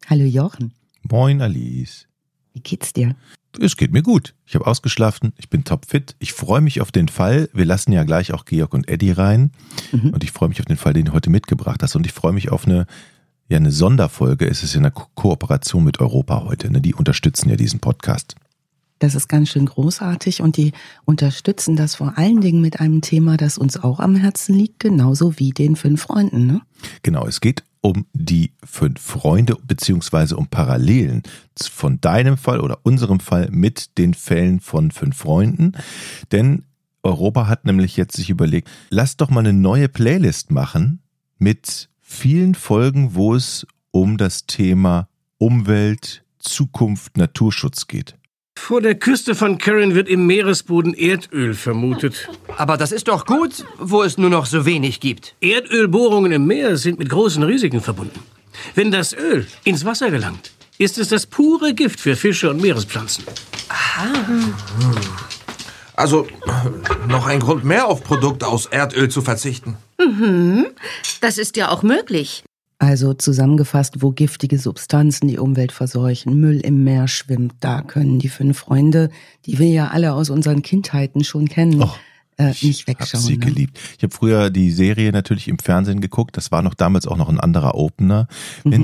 Hallo Jochen. Moin Alice. Wie geht's dir? Es geht mir gut. Ich habe ausgeschlafen, ich bin topfit. Ich freue mich auf den Fall. Wir lassen ja gleich auch Georg und Eddie rein. Und ich freue mich auf den Fall, den du heute mitgebracht hast. Und ich freue mich auf eine Sonderfolge. Es ist ja eine Kooperation mit Europa heute. Ne? Die unterstützen ja diesen Podcast. Das ist ganz schön großartig und die unterstützen das vor allen Dingen mit einem Thema, das uns auch am Herzen liegt, genauso wie den 5 Freunden, ne? Genau, es geht um die 5 Freunde beziehungsweise um Parallelen von deinem Fall oder unserem Fall mit den Fällen von 5 Freunden. Denn Europa hat nämlich jetzt sich überlegt, lass doch mal eine neue Playlist machen mit vielen Folgen, wo es um das Thema Umwelt, Zukunft, Naturschutz geht. Vor der Küste von Karen wird im Meeresboden Erdöl vermutet. Aber das ist doch gut, wo es nur noch so wenig gibt. Erdölbohrungen im Meer sind mit großen Risiken verbunden. Wenn das Öl ins Wasser gelangt, ist es das pure Gift für Fische und Meerespflanzen. Aha. Also, noch ein Grund mehr auf Produkte aus Erdöl zu verzichten. Das ist ja auch möglich. Also zusammengefasst, wo giftige Substanzen die Umwelt verseuchen, Müll im Meer schwimmt, da können die 5 Freunde, die wir ja alle aus unseren Kindheiten schon kennen, nicht wegschauen. Ich habe sie geliebt. Ich habe früher die Serie natürlich im Fernsehen geguckt. Das war noch damals auch noch ein anderer Opener. Und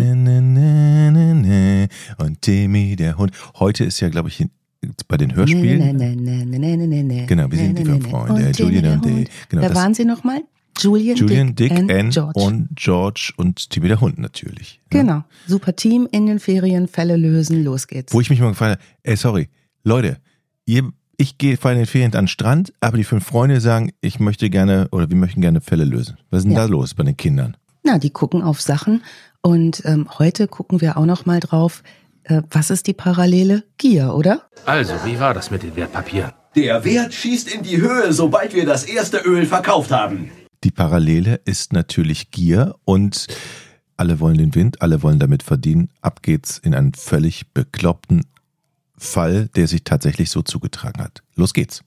Timmy, der Hund. Heute ist ja, glaube ich, bei den Hörspielen. Genau, wir sind die 5 Freunde. Julian und Dick. Genau, da waren sie nochmal? Julian, Dick, Anne George. und George und Timmy der Hund natürlich. Genau, super Team, in den Ferien, Fälle lösen, los geht's. Wo ich mich mal gefragt habe, sorry, Leute, ich fahre in den Ferien an den Strand, aber die 5 Freunde sagen, wir möchten gerne Fälle lösen. Was ist denn da los bei den Kindern? Na, die gucken auf Sachen und heute gucken wir auch noch mal drauf, was ist die Parallele? Gier, oder? Also, wie war das mit den Wertpapieren? Der Wert schießt in die Höhe, sobald wir das erste Öl verkauft haben. Die Parallele ist natürlich Gier und alle wollen den Wind, alle wollen damit verdienen. Ab geht's in einen völlig bekloppten Fall, der sich tatsächlich so zugetragen hat. Los geht's.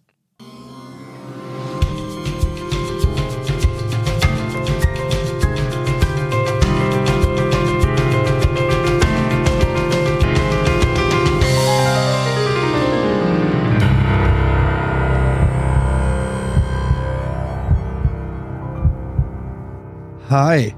Hi.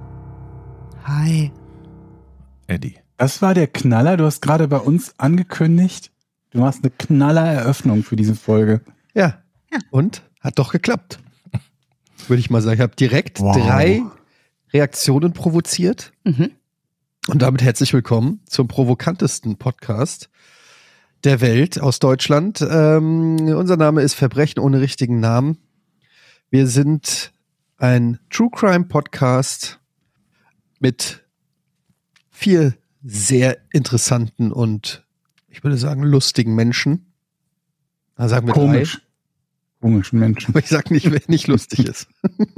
Eddie. Das war der Knaller. Du hast gerade bei uns angekündigt, du machst eine Knaller-Eröffnung für diese Folge. Ja. Und? Hat doch geklappt. Würde ich mal sagen. Ich habe direkt 3 Reaktionen provoziert. Und damit herzlich willkommen zum provokantesten Podcast der Welt aus Deutschland. Unser Name ist Verbrechen ohne richtigen Namen. Wir sind ein True Crime Podcast mit 4 sehr interessanten und ich würde sagen lustigen Menschen. Da sagen wir komischen Menschen. Aber ich sage nicht, wer nicht lustig ist.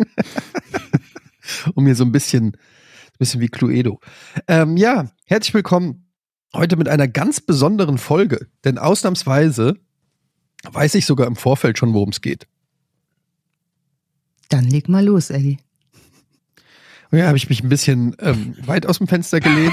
Um mir so ein bisschen wie Cluedo. Herzlich willkommen heute mit einer ganz besonderen Folge, denn ausnahmsweise weiß ich sogar im Vorfeld schon, worum es geht. Dann leg mal los, Eddie. Ja, habe ich mich ein bisschen weit aus dem Fenster gelehnt.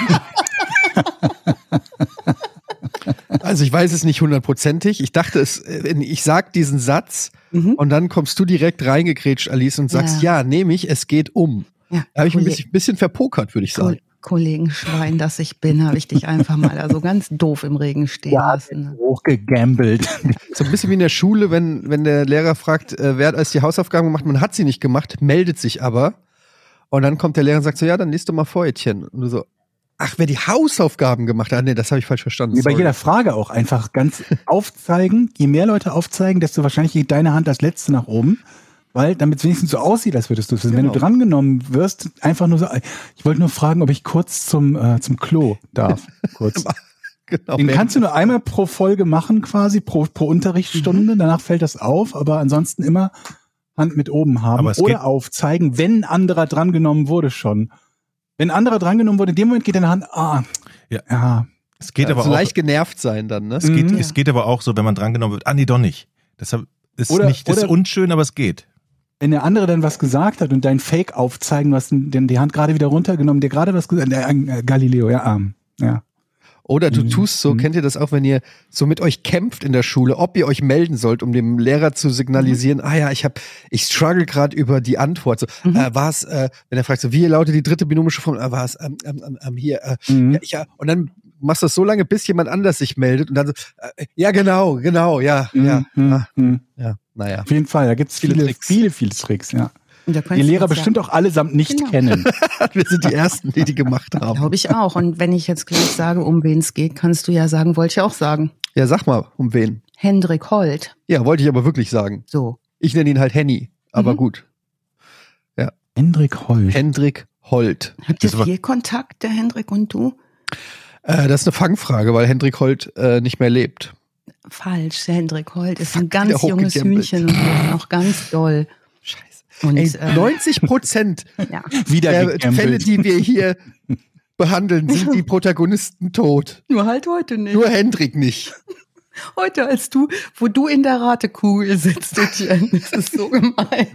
Also ich weiß es nicht 100%ig. Ich dachte ich sag diesen Satz und dann kommst du direkt reingekrätscht, Alice, und sagst, nehme ich, es geht um. Ja, da habe ich ein bisschen verpokert, würde ich sagen. Kollegenschwein, das ich bin, habe ich dich einfach mal so ganz doof im Regen stehen lassen. Hochgegambelt. So ein bisschen wie in der Schule, wenn der Lehrer fragt, wer hat als die Hausaufgaben gemacht, man hat sie nicht gemacht, meldet sich aber. Und dann kommt der Lehrer und sagt so, ja, dann lies doch mal vor, Etienne. Und du so, ach, wer die Hausaufgaben gemacht hat? Nee, das habe ich falsch verstanden. Wie bei jeder Frage auch einfach ganz aufzeigen. Je mehr Leute aufzeigen, desto wahrscheinlich geht deine Hand als letzte nach oben. Weil, damit es wenigstens so aussieht, als würdest du es wissen. Wenn du drangenommen wirst, einfach nur so, ich wollte nur fragen, ob ich kurz zum Klo darf. Kurz. Genau. Den kannst du nur einmal pro Folge machen, quasi, pro Unterrichtsstunde. Danach fällt das auf, aber ansonsten immer Hand mit oben haben. Oder aufzeigen, wenn ein anderer drangenommen wurde schon. Wenn ein anderer drangenommen wurde, in dem Moment geht deine Hand, Es geht aber so auch leicht genervt sein dann, ne? Es geht aber auch so, wenn man drangenommen wird, nee, doch nicht. Das ist unschön, aber es geht. Wenn der andere dann was gesagt hat und dein Fake aufzeigen, du hast die Hand gerade wieder runtergenommen, der gerade was gesagt hat, Galileo, Ja. Oder du tust so, kennt ihr das auch, wenn ihr so mit euch kämpft in der Schule, ob ihr euch melden sollt, um dem Lehrer zu signalisieren, ich struggle gerade über die Antwort. So, war es, wenn er fragt, so, wie lautet die dritte binomische Formel? War es hier, und dann machst du das so lange, bis jemand anders sich meldet und dann so, ja, genau, ja. Naja. Auf jeden Fall, da gibt es viele Tricks, ja. Die Lehrer bestimmt auch allesamt nicht kennen. Wir sind die Ersten, die gemacht haben. Glaube ich auch. Und wenn ich jetzt gleich sage, um wen es geht, kannst du ja sagen, wollte ich auch sagen. Ja, sag mal, um wen? Hendrik Holt. Ja, wollte ich aber wirklich sagen. So. Ich nenne ihn halt Henny, aber gut. Ja. Hendrik Holt. Habt ihr viel Kontakt, der Hendrik und du? Das ist eine Fangfrage, weil Hendrik Holt nicht mehr lebt. Falsch, Hendrik Holt ist ein ganz junges Hühnchen und ist noch ganz doll. Scheiße. Und, 90% der Fälle, die wir hier behandeln, sind die Protagonisten tot. Nur halt heute nicht. Nur Hendrik nicht. Heute wo du in der Ratekugel sitzt, Etienne. Das ist so gemein.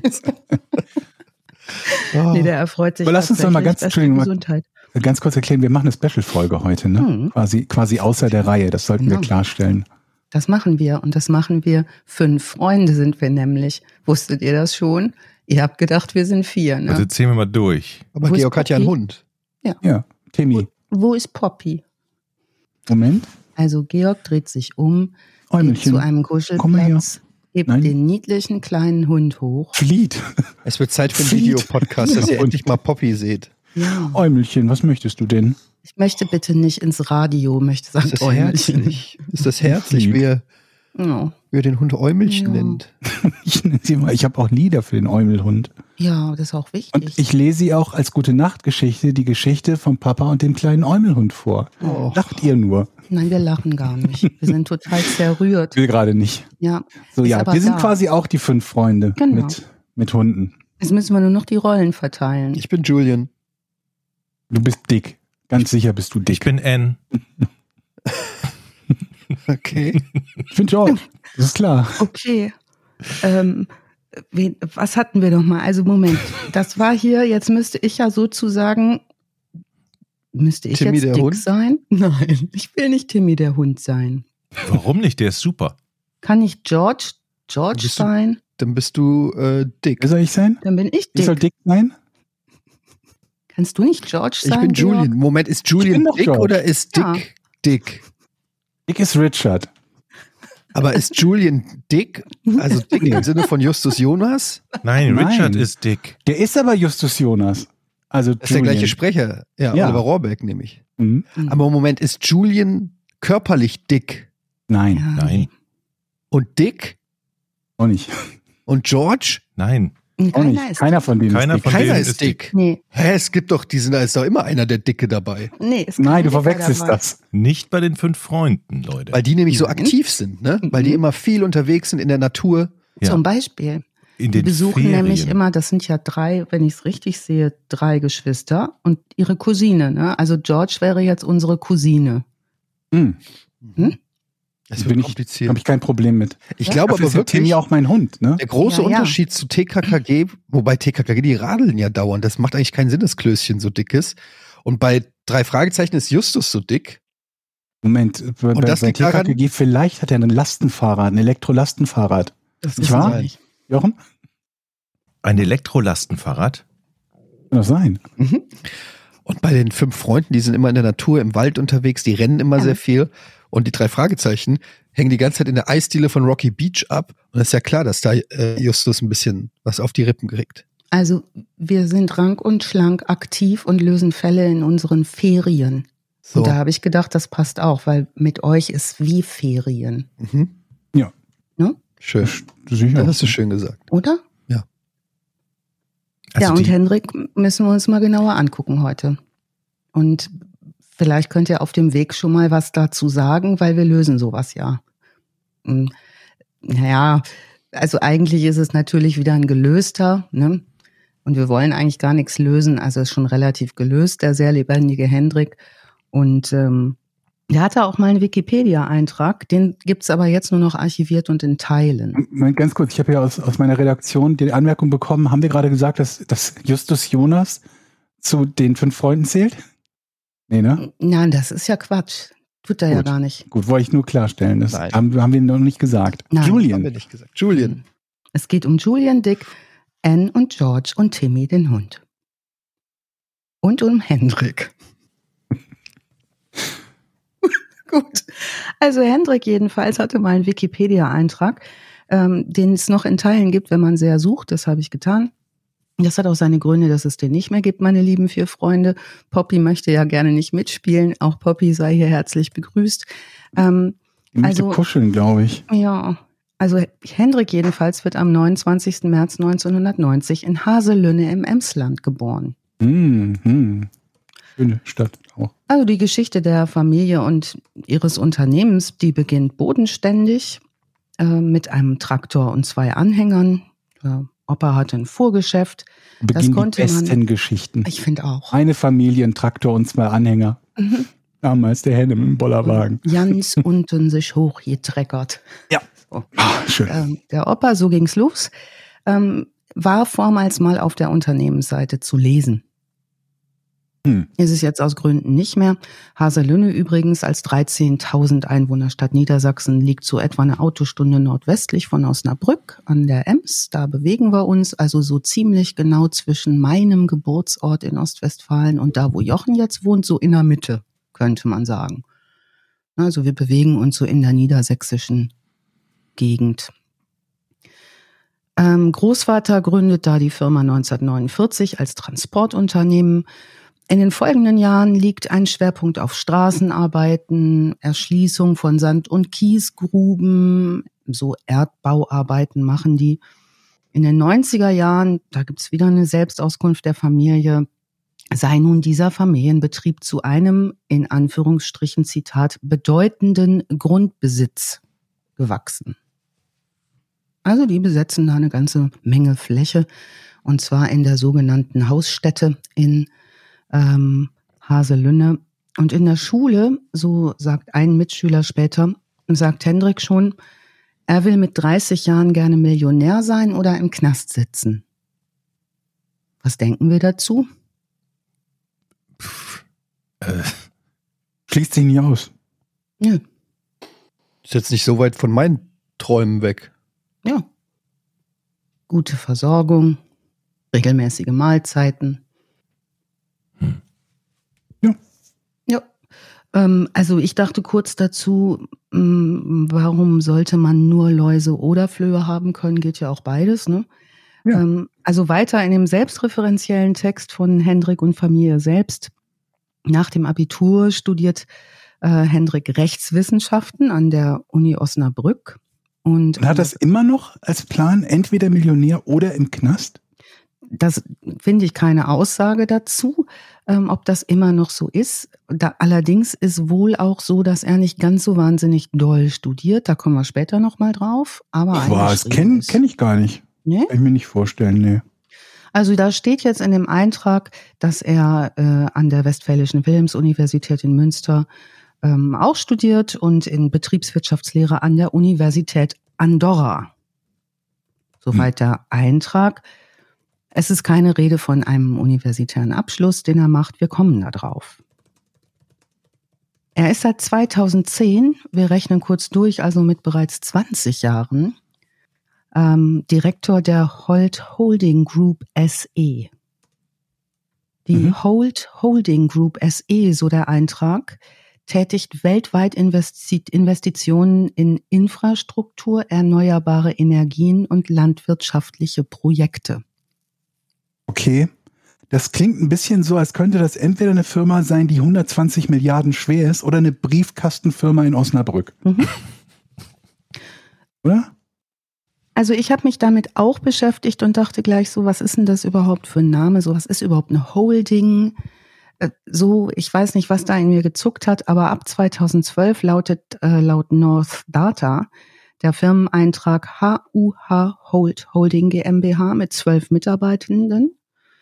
Nee, der erfreut sich. Aber lass uns doch mal ganz kurz erklären, wir machen eine Special-Folge heute, ne? Quasi außer der Reihe, das sollten wir klarstellen. Das machen wir und das machen wir. 5 Freunde sind wir nämlich. Wusstet ihr das schon? Ihr habt gedacht, wir sind 4, ne? Also zählen wir mal durch. Aber Wo Georg hat ja einen Hund. Ja, Timmy. Wo ist Poppy? Moment. Also Georg dreht sich um, geht Äumelchen. zu einem Kuschelplatz, hebt Nein. den niedlichen kleinen Hund hoch. Flieht. Es wird Zeit für einen Videopodcast, dass ihr endlich mal Poppy seht. Ja. Äumelchen, was möchtest du denn? Ich möchte bitte nicht ins Radio, möchte sagen, Ist das herzlich? Ist das herzlich, wie er den Hund Äumelchen nennt? Ich habe auch Lieder für den Äumelhund. Ja, das ist auch wichtig. Und ich lese sie auch als Gute-Nacht-Geschichte, die Geschichte vom Papa und dem kleinen Äumelhund vor. Lacht ihr nur? Nein, wir lachen gar nicht. Wir sind total zerrührt. Will gerade nicht. Ja. So, ja, wir sind quasi auch die 5 Freunde mit Hunden. Jetzt müssen wir nur noch die Rollen verteilen. Ich bin Julian. Du bist dick. Ganz sicher bist du dick. Ich bin Ann. Okay. Ich bin George. Das ist klar. Okay. Was hatten wir noch mal? Also Moment, das war hier, jetzt müsste ich ja sozusagen, Timmy jetzt der dick Hund? sein? Nein, ich will nicht Timmy der Hund sein. Warum nicht? Der ist super. Kann ich George sein? Dann bist du dick. Wer soll ich sein? Dann bin ich Ich soll dick. dick sein? Kannst du nicht George sein? Ich bin Julian. Georg? Moment, ist Julian bin doch dick George. oder ist Dick Ja. dick? Dick ist Richard. Aber ist Julian dick? Also dick im Sinne von Justus Jonas? Nein, Nein. Richard ist dick. Der ist aber Justus Jonas. Also Das ist der Julian. gleiche Sprecher. Ja, Ja. Oliver Rohrbeck nämlich. Mhm. Aber Moment, ist Julian körperlich dick? Nein, Ja. Nein, Und Dick? auch nicht. Und George? nein. Auch nicht. Keiner ist Keiner von denen Keiner ist dick. von Keiner denen ist dick. Nee, Hä, es gibt doch da ist doch immer einer der Dicke dabei. nee. Ist Nein, kein du Dicker verwechselst dabei. das. Nicht bei den 5 Freunden, Leute. Weil die nämlich so Nein. aktiv sind, ne? Weil die immer viel unterwegs sind in der Natur. Ja. Zum Beispiel. In Die den besuchen Ferien. nämlich immer, das sind ja 3, wenn ich es richtig sehe, 3 Geschwister und ihre Cousine. Ne? Also George wäre jetzt unsere Cousine. Hm. Das Bin wird ich- kompliziert. Habe ich kein Problem mit. Ich glaube Dafür aber ist ja Timmy wirklich, auch mein Hund, ne? der große Ja, ja. Unterschied zu TKKG, wobei TKKG, die radeln ja dauernd. Das macht eigentlich keinen Sinn, dass Klößchen so dick ist. Und bei 3 Fragezeichen ist Justus so dick. Moment, bei das liegt daran- TKKG, vielleicht hat er ein Lastenfahrrad, ein Elektrolastenfahrrad. Das Nicht wahr? nicht. Jochen? Ein Elektrolastenfahrrad? Kann das sein? Und bei den 5 Freunden, die sind immer in der Natur, im Wald unterwegs, die rennen immer Ja. sehr viel. Und die 3 Fragezeichen hängen die ganze Zeit in der Eisdiele von Rocky Beach ab. Und es ist ja klar, dass da Justus ein bisschen was auf die Rippen kriegt. Also wir sind rank und schlank aktiv und lösen Fälle in unseren Ferien. So. Und da habe ich gedacht, das passt auch, weil mit euch ist wie Ferien, Mhm. Ja. ne? Schön. Sicher. Das hast du schön gesagt. Oder? Also ja, und die, Hendrik müssen wir uns mal genauer angucken heute. Und vielleicht könnt ihr auf dem Weg schon mal was dazu sagen, weil wir lösen sowas ja. Naja, also eigentlich ist es natürlich wieder ein gelöster, ne? Und wir wollen eigentlich gar nichts lösen, also ist schon relativ gelöst, der sehr lebendige Hendrik. Und der hatte auch mal einen Wikipedia-Eintrag, den gibt's aber jetzt nur noch archiviert und in Teilen. Moment, ganz kurz, ich habe ja aus meiner Redaktion die Anmerkung bekommen, haben wir gerade gesagt, dass Justus Jonas zu den 5 Freunden zählt? Nee, ne? Nein, das ist ja Quatsch. Tut er ja gar nicht. Gut, wollte ich nur klarstellen. Das Nein. haben wir noch nicht gesagt. Nein. Haben Julian. wir nicht gesagt. Julian. Es geht um Julian, Dick, Anne und George und Timmy, den Hund. Und um Hendrik. Gut. Also Hendrik jedenfalls hatte mal einen Wikipedia-Eintrag, den es noch in Teilen gibt, wenn man sehr sucht. Das habe ich getan. Das hat auch seine Gründe, dass es den nicht mehr gibt, meine lieben 4 Freunde. Poppy möchte ja gerne nicht mitspielen. Auch Poppy sei hier herzlich begrüßt. Die möchte kuscheln, glaube ich. Ja, also Hendrik jedenfalls wird am 29. März 1990 in Haselünne im Emsland geboren. Schöne Stadt auch. Also die Geschichte der Familie und ihres Unternehmens, die beginnt bodenständig mit einem Traktor und 2 Anhängern. Opa hatte ein Fuhrgeschäft. Beginn die besten Geschichten. Ich finde auch. Eine Familie, ein Traktor und 2 Anhänger. Damals der Henne mit dem Bollerwagen. Ganz unten sich hochgetreckert. Ja. So. Schön. Der Opa, so ging's los, war vormals mal auf der Unternehmensseite zu lesen. Ist es jetzt aus Gründen nicht mehr. Haselünne übrigens als 13.000 Einwohnerstadt Niedersachsen liegt so etwa eine Autostunde nordwestlich von Osnabrück an der Ems. Da bewegen wir uns also so ziemlich genau zwischen meinem Geburtsort in Ostwestfalen und da, wo Jochen jetzt wohnt, so in der Mitte, könnte man sagen. Also wir bewegen uns so in der niedersächsischen Gegend. Großvater gründet da die Firma 1949 als Transportunternehmen. In den folgenden Jahren liegt ein Schwerpunkt auf Straßenarbeiten, Erschließung von Sand- und Kiesgruben, so Erdbauarbeiten machen die. In den 90er Jahren, da gibt's wieder eine Selbstauskunft der Familie, sei nun dieser Familienbetrieb zu einem, in Anführungsstrichen Zitat, bedeutenden Grundbesitz gewachsen. Also die besetzen da eine ganze Menge Fläche, und zwar in der sogenannten Hausstätte in Haselünne. Und in der Schule, so sagt ein Mitschüler später, sagt Hendrik schon, er will mit 30 Jahren gerne Millionär sein oder im Knast sitzen. Was denken wir dazu? Schließt sich nicht aus. Nö. Ist jetzt nicht so weit von meinen Träumen weg. Ja. Gute Versorgung, regelmäßige Mahlzeiten. Ja. Also ich dachte kurz dazu, warum sollte man nur Läuse oder Flöhe haben können, geht ja auch beides, ne? Ja. Also weiter in dem selbstreferenziellen Text von Hendrik und Familie selbst. Nach dem Abitur studiert Hendrik Rechtswissenschaften an der Uni Osnabrück. Und hat das immer noch als Plan, entweder Millionär oder im Knast? Das finde ich keine Aussage dazu, ob das immer noch so ist. Allerdings ist wohl auch so, dass er nicht ganz so wahnsinnig doll studiert. Da kommen wir später nochmal drauf. Aber das kenn ich gar nicht. Nee? Kann ich mir nicht vorstellen, nee. Also da steht jetzt in dem Eintrag, dass er an der Westfälischen Wilhelms-Universität in Münster auch studiert und in Betriebswirtschaftslehre an der Universität Andorra. Soweit der Eintrag. Es ist keine Rede von einem universitären Abschluss, den er macht. Wir kommen da drauf. Er ist seit 2010, wir rechnen kurz durch, also mit bereits 20 Jahren, Direktor der Holt Holding Group SE. Die Holt Holding Group SE, so der Eintrag, tätigt weltweit Investitionen in Infrastruktur, erneuerbare Energien und landwirtschaftliche Projekte. Okay, das klingt ein bisschen so, als könnte das entweder eine Firma sein, die 120 Milliarden schwer ist, oder eine Briefkastenfirma in Osnabrück. Oder? Also ich habe mich damit auch beschäftigt und dachte gleich so, was ist denn das überhaupt für ein Name? So, was ist überhaupt eine Holding? So, ich weiß nicht, was da in mir gezuckt hat, aber ab 2012 lautet laut North Data der Firmeneintrag HUH Holt Holding GmbH mit 12 Mitarbeitenden.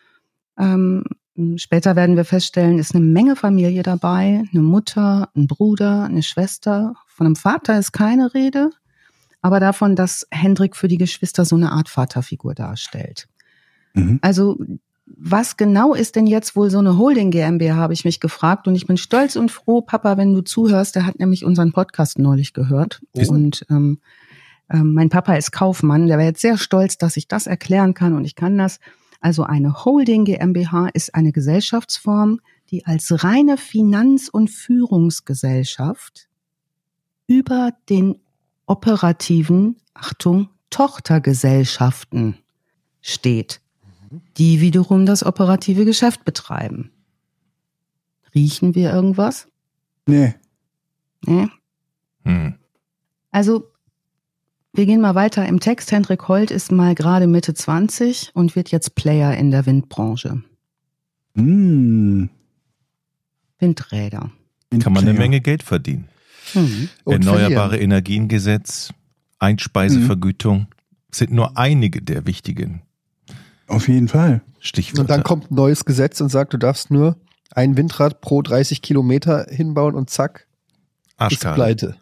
Später werden wir feststellen, ist eine Menge Familie dabei, eine Mutter, ein Bruder, eine Schwester. Von einem Vater ist keine Rede, aber davon, dass Hendrik für die Geschwister so eine Art Vaterfigur darstellt. Also was genau ist denn jetzt wohl so eine Holding GmbH, habe ich mich gefragt. Und ich bin stolz und froh, Papa, wenn du zuhörst, der hat nämlich unseren Podcast neulich gehört. Und mein Papa ist Kaufmann, der wäre jetzt sehr stolz, dass ich das erklären kann und ich kann das. Also eine Holding GmbH ist eine Gesellschaftsform, die als reine Finanz- und Führungsgesellschaft über den operativen, Achtung, Tochtergesellschaften steht, die wiederum das operative Geschäft betreiben. Riechen wir irgendwas? Nee. Nee? Also, wir gehen mal weiter im Text. Hendrik Holt ist mal gerade Mitte 20 und wird jetzt Player in der Windbranche. Windräder. Kann man eine Menge Geld verdienen. Erneuerbare Energiengesetz, Einspeisevergütung sind nur einige der wichtigen Auf jeden Fall. Stichwörter. Und dann kommt ein neues Gesetz und sagt, du darfst nur ein Windrad pro 30 Kilometer hinbauen und zack, ist Arschkarte. pleite.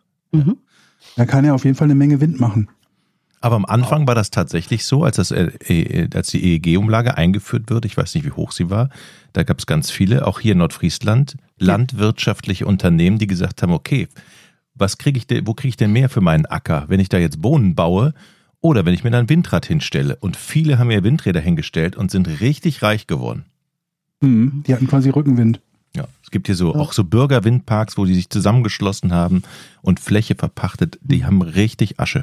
Da kann er auf jeden Fall eine Menge Wind machen. Aber am Anfang war das tatsächlich so, als die EEG-Umlage eingeführt wird, ich weiß nicht, wie hoch sie war, da gab es ganz viele, auch hier in Nordfriesland, landwirtschaftliche Unternehmen, die gesagt haben, okay, wo kriege ich denn mehr für meinen Acker, wenn ich da jetzt Bohnen baue oder wenn ich mir da ein Windrad hinstelle? Und viele haben ja Windräder hingestellt und sind richtig reich geworden. Die hatten quasi Rückenwind. Ja, es gibt hier auch so Bürgerwindparks, wo die sich zusammengeschlossen haben und Fläche verpachtet, die haben richtig Asche.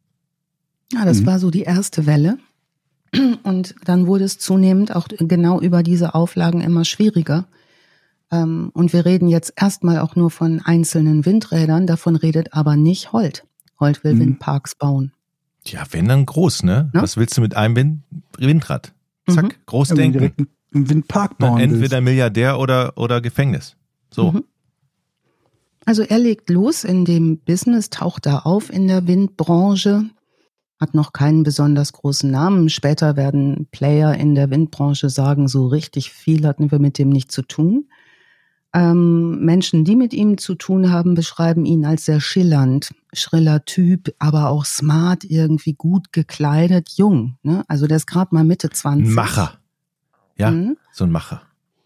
Ja, das war so die erste Welle. Und dann wurde es zunehmend auch genau über diese Auflagen immer schwieriger. Und wir reden jetzt erstmal auch nur von einzelnen Windrädern, davon redet aber nicht Holt. Holt will Windparks bauen. Ja, wenn dann groß, ne? Ja? Was willst du mit einem Windrad? Zack, groß Wenn du denken. direkt einen Windpark Na, bauen entweder Milliardär oder Gefängnis. So. Also er legt los in dem Business, taucht da auf in der Windbranche, hat noch keinen besonders großen Namen. Später werden Player in der Windbranche sagen, so richtig viel hatten wir mit dem nicht zu tun. Menschen, die mit ihm zu tun haben, beschreiben ihn als sehr schillernd, schriller Typ, aber auch smart, irgendwie gut gekleidet, jung. Ne? Also der ist gerade mal Mitte 20. Ein Macher. Ja, so ein Macher.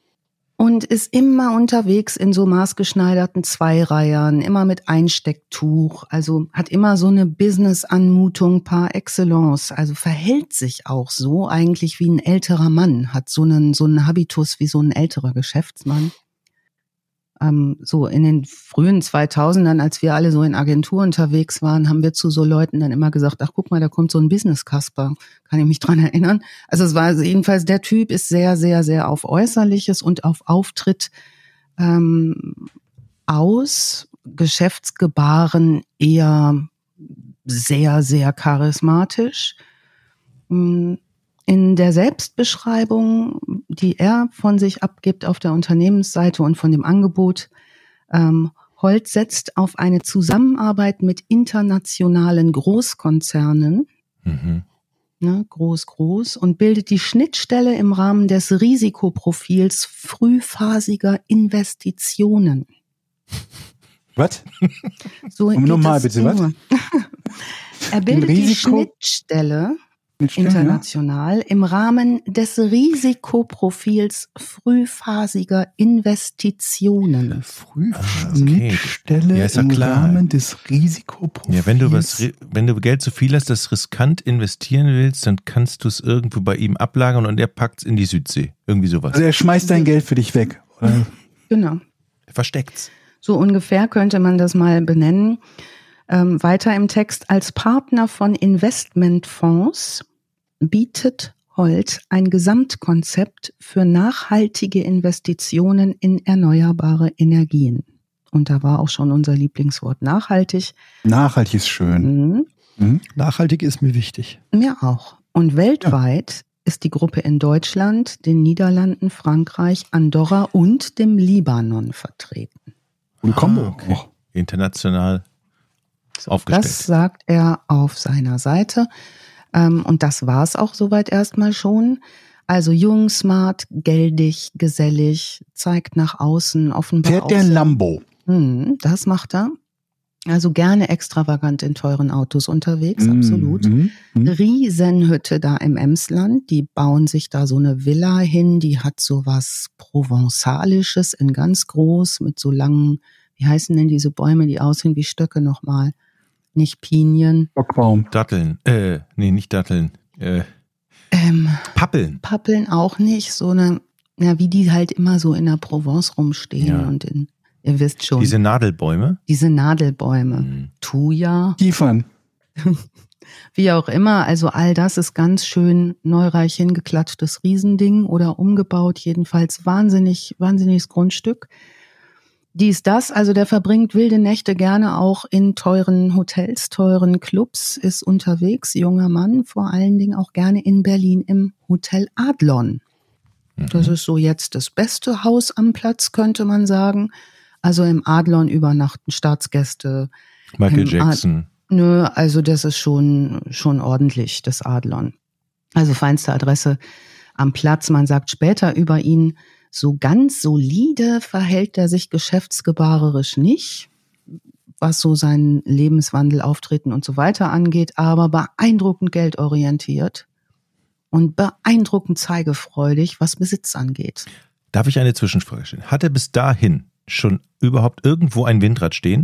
Und ist immer unterwegs in so maßgeschneiderten Zweireihern, immer mit Einstecktuch, also hat immer so eine Business-Anmutung par excellence, also verhält sich auch so eigentlich wie ein älterer Mann, hat so einen Habitus wie so ein älterer Geschäftsmann. So in den frühen 2000ern, als wir alle so in Agentur unterwegs waren, haben wir zu so Leuten dann immer gesagt, ach guck mal, da kommt so ein Business-Kasper, kann ich mich dran erinnern. Also es war jedenfalls, der Typ ist sehr, sehr, sehr auf Äußerliches und auf Auftritt aus, Geschäftsgebaren eher sehr, sehr charismatisch. In der Selbstbeschreibung, die er von sich abgibt auf der Unternehmensseite und von dem Angebot, Holt setzt auf eine Zusammenarbeit mit internationalen Großkonzernen, ne, groß, und bildet die Schnittstelle im Rahmen des Risikoprofils frühphasiger Investitionen. Was? So nochmal bitte, was? Er bildet die Schnittstelle international im Rahmen des Risikoprofils frühphasiger Investitionen. Schnittstelle ja, ist ja im klar. Rahmen des Risikoprofils. Ja, wenn du Geld so viel hast, das riskant investieren willst, dann kannst du es irgendwo bei ihm ablagern und er packt es in die Südsee. Irgendwie sowas. Also er schmeißt dein Geld für dich weg. Oder? Genau. Er versteckt's. So ungefähr könnte man das mal benennen. Weiter im Text: Als Partner von Investmentfonds bietet Holt ein Gesamtkonzept für nachhaltige Investitionen in erneuerbare Energien. Und da war auch schon unser Lieblingswort nachhaltig. Nachhaltig ist schön. Nachhaltig ist mir wichtig. Mir auch. Und weltweit ist die Gruppe in Deutschland, den Niederlanden, Frankreich, Andorra und dem Libanon vertreten. Und Kombo. Okay. International aufgestellt. Das sagt er auf seiner Seite. Und das war es auch soweit erstmal schon. Also jung, smart, geldig, gesellig, zeigt nach außen offenbar. Fährt der ein Lambo? Das macht er. Also gerne extravagant in teuren Autos unterwegs, absolut. Riesenhütte da im Emsland, die bauen sich da so eine Villa hin, die hat so was Provenzalisches in ganz groß mit so langen, wie heißen denn diese Bäume, die aussehen wie Stöcke nochmal? Nicht Pinien. Bockbaum. Datteln. Nee, nicht Datteln. Pappeln. Pappeln auch nicht, so eine, ja, wie die halt immer so in der Provence rumstehen und ihr wisst schon. Diese Nadelbäume? Diese Nadelbäume. Thuja. Kiefern. Wie auch immer, also all das ist ganz schön neureich hingeklatschtes Riesending oder umgebaut, jedenfalls wahnsinniges Grundstück. Dies, das, also der verbringt wilde Nächte gerne auch in teuren Hotels, teuren Clubs, ist unterwegs, junger Mann, vor allen Dingen auch gerne in Berlin im Hotel Adlon. Das ist so jetzt das beste Haus am Platz, könnte man sagen. Also im Adlon übernachten Staatsgäste. Michael Jackson. Nö, also das ist schon ordentlich, das Adlon. Also feinste Adresse am Platz. Man sagt später über ihn, so ganz solide verhält er sich geschäftsgebarerisch nicht, was so seinen Lebenswandel, Auftreten und so weiter angeht, aber beeindruckend geldorientiert und beeindruckend zeigefreudig, was Besitz angeht. Darf ich eine Zwischenfrage stellen? Hat er bis dahin schon überhaupt irgendwo ein Windrad stehen?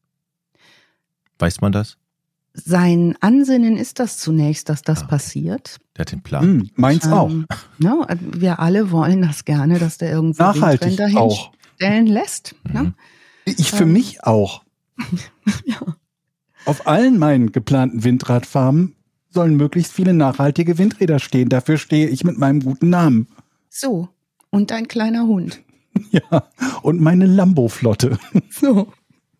Weiß man das? Sein Ansinnen ist das zunächst, dass das passiert. Der hat den Plan. Meins auch. Ja, wir alle wollen das gerne, dass der irgendwo Nachhaltig Windräder auch. hinstellen lässt. Ne? Ich für mich auch. Ja. Auf allen meinen geplanten Windradfarmen sollen möglichst viele nachhaltige Windräder stehen. Dafür stehe ich mit meinem guten Namen. So, und ein kleiner Hund. Ja, und meine Lambo-Flotte. So.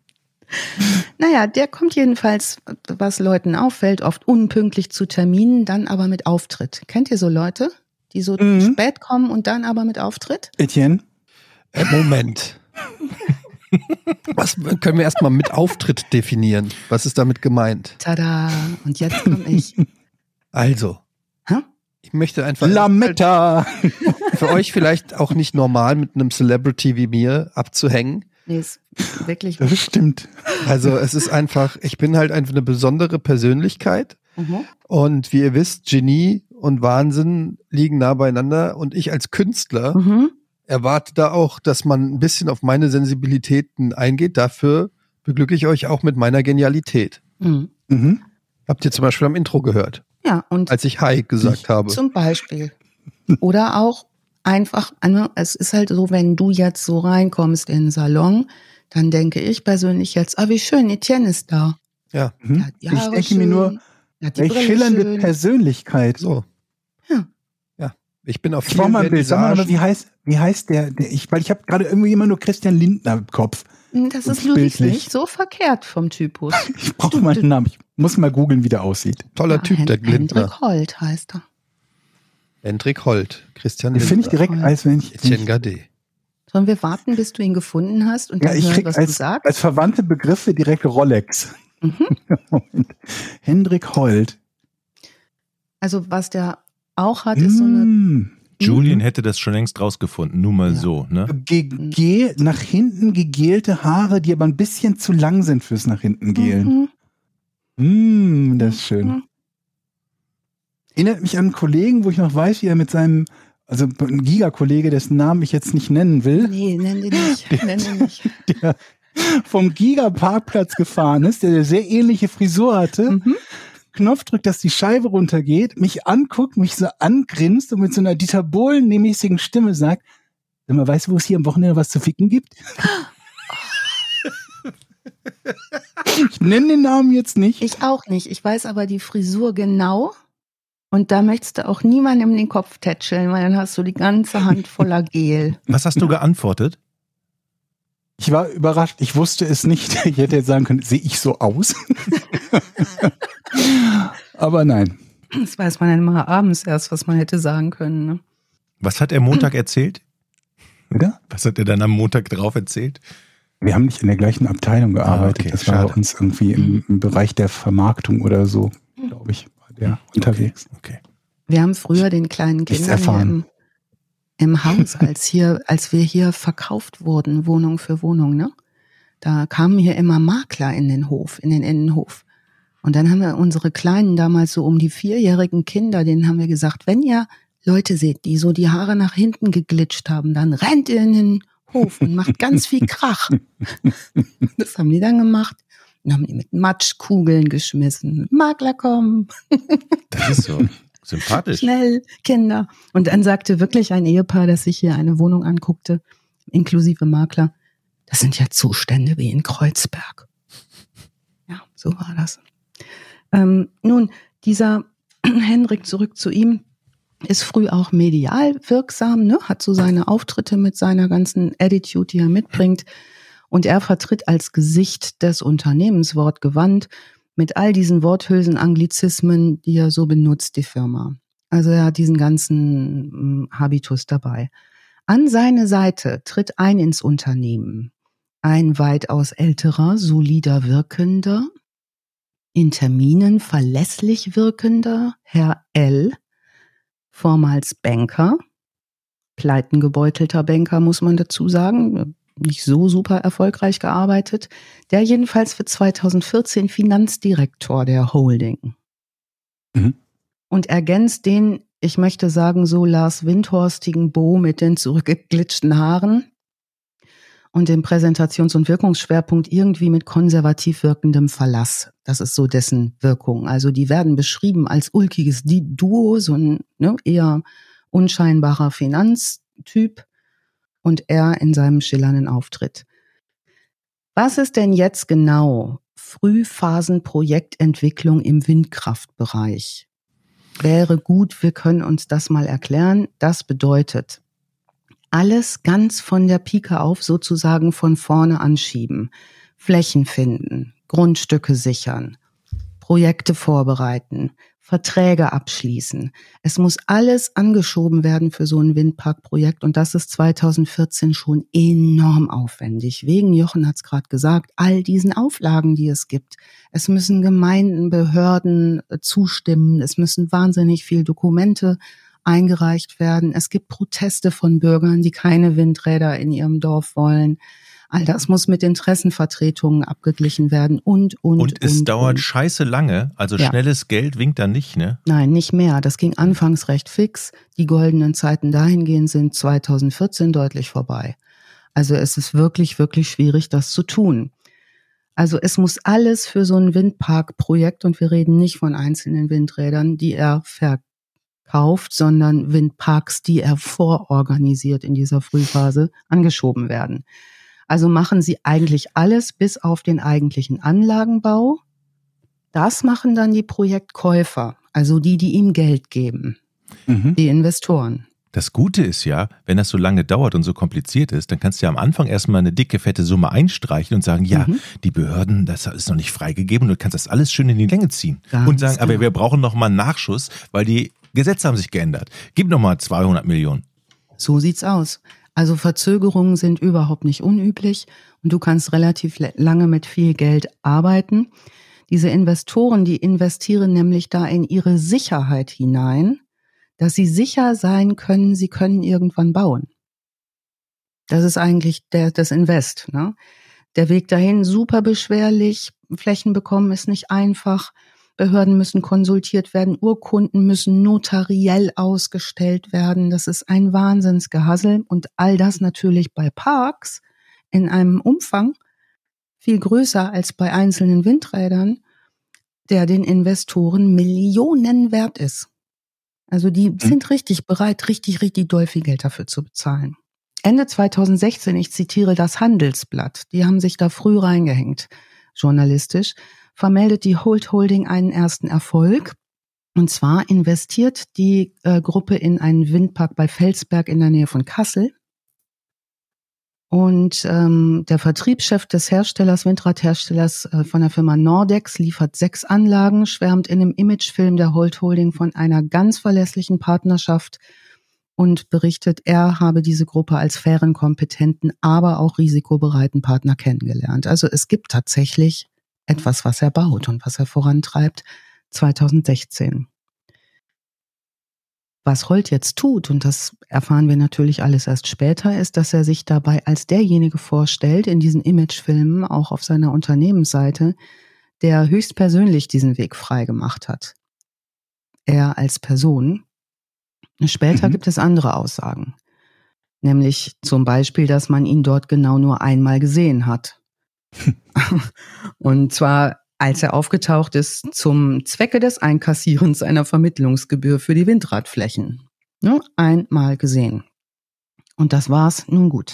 Naja, der kommt jedenfalls, was Leuten auffällt, oft unpünktlich zu Terminen, dann aber mit Auftritt. Kennt ihr so Leute, die so spät kommen und dann aber mit Auftritt? Etienne? Moment. Was können wir erstmal mit Auftritt definieren? Was ist damit gemeint? Tada, und jetzt komme ich. Also, ich möchte einfach Lametta! für euch vielleicht auch nicht normal mit einem Celebrity wie mir abzuhängen. Nee, ist wirklich. Das stimmt. Also es ist einfach, ich bin halt einfach eine besondere Persönlichkeit. Und wie ihr wisst, Genie und Wahnsinn liegen nah beieinander. Und ich als Künstler erwarte da auch, dass man ein bisschen auf meine Sensibilitäten eingeht. Dafür beglücke ich euch auch mit meiner Genialität. Habt ihr zum Beispiel am Intro gehört? Ja, und als ich Hi gesagt habe. Zum Beispiel. Oder auch einfach, es ist halt so, wenn du jetzt so reinkommst in den Salon, dann denke ich persönlich jetzt, wie schön, Etienne ist da. Ja. Ich denke mir nur, welch schillernde Persönlichkeit. So. Ja. Ich bin auf ich brauche mal ein Bild. Sag mal, wie heißt der? Weil ich habe gerade irgendwie immer nur Christian Lindner im Kopf. Das ist Ludwig nicht so verkehrt vom Typus. Ich brauche mal einen Namen. Ich muss mal googeln, wie der aussieht. Toller Typ, der Lindner. Hendrik Holt heißt er. Hendrik Holt, Christian Den finde ich direkt, als wenn ich... Etienne Gade. Sollen wir warten, bis du ihn gefunden hast und dann ich hören, krieg was du sagst? Als verwandte Begriffe direkt Rolex. Moment. Hendrik Holt. Also was der auch hat, ist so eine... Julian hätte das schon längst rausgefunden, nur mal so, ne? Nach hinten gegelte Haare, die aber ein bisschen zu lang sind fürs nach hinten gelen. Das ist schön. Erinnert mich an einen Kollegen, wo ich noch weiß, wie er mit seinem, also ein Giga-Kollege, dessen Namen ich jetzt nicht nennen will. Nee, nenn den nicht. Der vom Giga-Parkplatz gefahren ist, der eine sehr ähnliche Frisur hatte. Knopf drückt, dass die Scheibe runtergeht, mich anguckt, mich so angrinst und mit so einer Dieter Bohlen-mäßigen Stimme sagt, sag mal, weißt du, wo es hier am Wochenende was zu ficken gibt? Ich nenne den Namen jetzt nicht. Ich auch nicht. Ich weiß aber die Frisur genau. Und da möchtest du auch niemandem den Kopf tätscheln, weil dann hast du die ganze Hand voller Gel. Was hast du geantwortet? Ich war überrascht. Ich wusste es nicht. Ich hätte jetzt sagen können, sehe ich so aus? Aber nein. Das weiß man dann immer abends erst, was man hätte sagen können. Ne? Was hat er Montag erzählt? Oder? Was hat er dann am Montag drauf erzählt? Wir haben nicht in der gleichen Abteilung gearbeitet. Okay, das war bei uns irgendwie im Bereich der Vermarktung oder so, glaube ich, war der unterwegs. Okay. Wir haben früher den kleinen Kindern im Haus, als wir hier verkauft wurden, Wohnung für Wohnung, ne? da kamen hier immer Makler in den Innenhof. Und dann haben wir unsere Kleinen damals so um die 4-jährigen Kinder, denen haben wir gesagt, wenn ihr Leute seht, die so die Haare nach hinten geglitscht haben, dann rennt ihr in den Hof und macht ganz viel Krach. Das haben die dann gemacht. Dann haben die mit Matschkugeln geschmissen. Makler kommen. Das ist so sympathisch. Schnell, Kinder. Und dann sagte wirklich ein Ehepaar, das sich hier eine Wohnung anguckte, inklusive Makler, das sind ja Zustände wie in Kreuzberg. Ja, so war das. Nun, dieser Hendrik, zurück zu ihm, ist früh auch medial wirksam, ne? Hat so seine Auftritte mit seiner ganzen Attitude, die er mitbringt. Und er vertritt als Gesicht des Unternehmens wortgewandt mit all diesen Worthülsen, Anglizismen, die er so benutzt, die Firma. Also er hat diesen ganzen Habitus dabei. An seine Seite tritt ein ins Unternehmen ein weitaus älterer, solider Wirkender, in Terminen verlässlich wirkender Herr L., vormals Banker, pleitengebeutelter Banker, muss man dazu sagen, nicht so super erfolgreich gearbeitet, der jedenfalls für 2014 Finanzdirektor der Holding. Mhm. Und ergänzt den, ich möchte sagen, so Lars Windhorstigen Bo mit den zurückgeglitschten Haaren und dem Präsentations- und Wirkungsschwerpunkt irgendwie mit konservativ wirkendem Verlass. Das ist so dessen Wirkung. Also die werden beschrieben als ulkiges Duo, so ein eher unscheinbarer Finanztyp und er in seinem schillernden Auftritt. Was ist denn jetzt genau Frühphasenprojektentwicklung im Windkraftbereich? Wäre gut, wir können uns das mal erklären. Das bedeutet, alles ganz von der Pike auf sozusagen von vorne anschieben. Flächen finden, Grundstücke sichern, Projekte vorbereiten, Verträge abschließen. Es muss alles angeschoben werden für so ein Windparkprojekt und das ist 2014 schon enorm aufwendig. Wegen, Jochen hat es gerade gesagt, all diesen Auflagen, die es gibt. Es müssen Gemeinden, Behörden zustimmen, es müssen wahnsinnig viel Dokumente eingereicht werden. Es gibt Proteste von Bürgern, die keine Windräder in ihrem Dorf wollen. All das muss mit Interessenvertretungen abgeglichen werden und es dauert scheiße lange, also schnelles Geld winkt da nicht, ne? Nein, nicht mehr. Das ging anfangs recht fix. Die goldenen Zeiten dahingehend sind 2014 deutlich vorbei. Also es ist wirklich, wirklich schwierig, das zu tun. Also es muss alles für so ein Windparkprojekt, und wir reden nicht von einzelnen Windrädern, die er verkauft, sondern Windparks, die er vororganisiert in dieser Frühphase, angeschoben werden. Also machen sie eigentlich alles bis auf den eigentlichen Anlagenbau. Das machen dann die Projektkäufer, also die ihm Geld geben, die Investoren. Das Gute ist ja, wenn das so lange dauert und so kompliziert ist, dann kannst du ja am Anfang erstmal eine dicke, fette Summe einstreichen und sagen, die Behörden, das ist noch nicht freigegeben und du kannst das alles schön in die Länge ziehen. Und sagen, aber wir brauchen noch mal einen Nachschuss, weil die Gesetze haben sich geändert. Gib noch mal 200 Millionen. So sieht's aus. Also Verzögerungen sind überhaupt nicht unüblich und du kannst relativ lange mit viel Geld arbeiten. Diese Investoren, die investieren nämlich da in ihre Sicherheit hinein, dass sie sicher sein können, sie können irgendwann bauen. Das ist eigentlich das Invest, ne? Der Weg dahin super beschwerlich, Flächen bekommen ist nicht einfach. Behörden müssen konsultiert werden, Urkunden müssen notariell ausgestellt werden. Das ist ein Wahnsinnsgehassel und all das natürlich bei Parks in einem Umfang viel größer als bei einzelnen Windrädern, der den Investoren Millionen wert ist. Also die sind richtig bereit, richtig doll viel Geld dafür zu bezahlen. Ende 2016, ich zitiere das Handelsblatt, die haben sich da früh reingehängt, journalistisch, vermeldet die Holt Holding einen ersten Erfolg. Und zwar investiert die Gruppe in einen Windpark bei Felsberg in der Nähe von Kassel. Und der Vertriebschef des Windradherstellers von der Firma Nordex, liefert 6 Anlagen, schwärmt in einem Imagefilm der Holt Holding von einer ganz verlässlichen Partnerschaft und berichtet, er habe diese Gruppe als fairen, kompetenten, aber auch risikobereiten Partner kennengelernt. Also es gibt tatsächlich etwas, was er baut und was er vorantreibt, 2016. Was Holt jetzt tut, und das erfahren wir natürlich alles erst später, ist, dass er sich dabei als derjenige vorstellt, in diesen Imagefilmen, auch auf seiner Unternehmensseite, der höchstpersönlich diesen Weg frei gemacht hat. Er als Person. Später gibt es andere Aussagen. Nämlich zum Beispiel, dass man ihn dort genau nur einmal gesehen hat. Und zwar, als er aufgetaucht ist, zum Zwecke des Einkassierens einer Vermittlungsgebühr für die Windradflächen. Nur einmal gesehen. Und das war's, nun gut.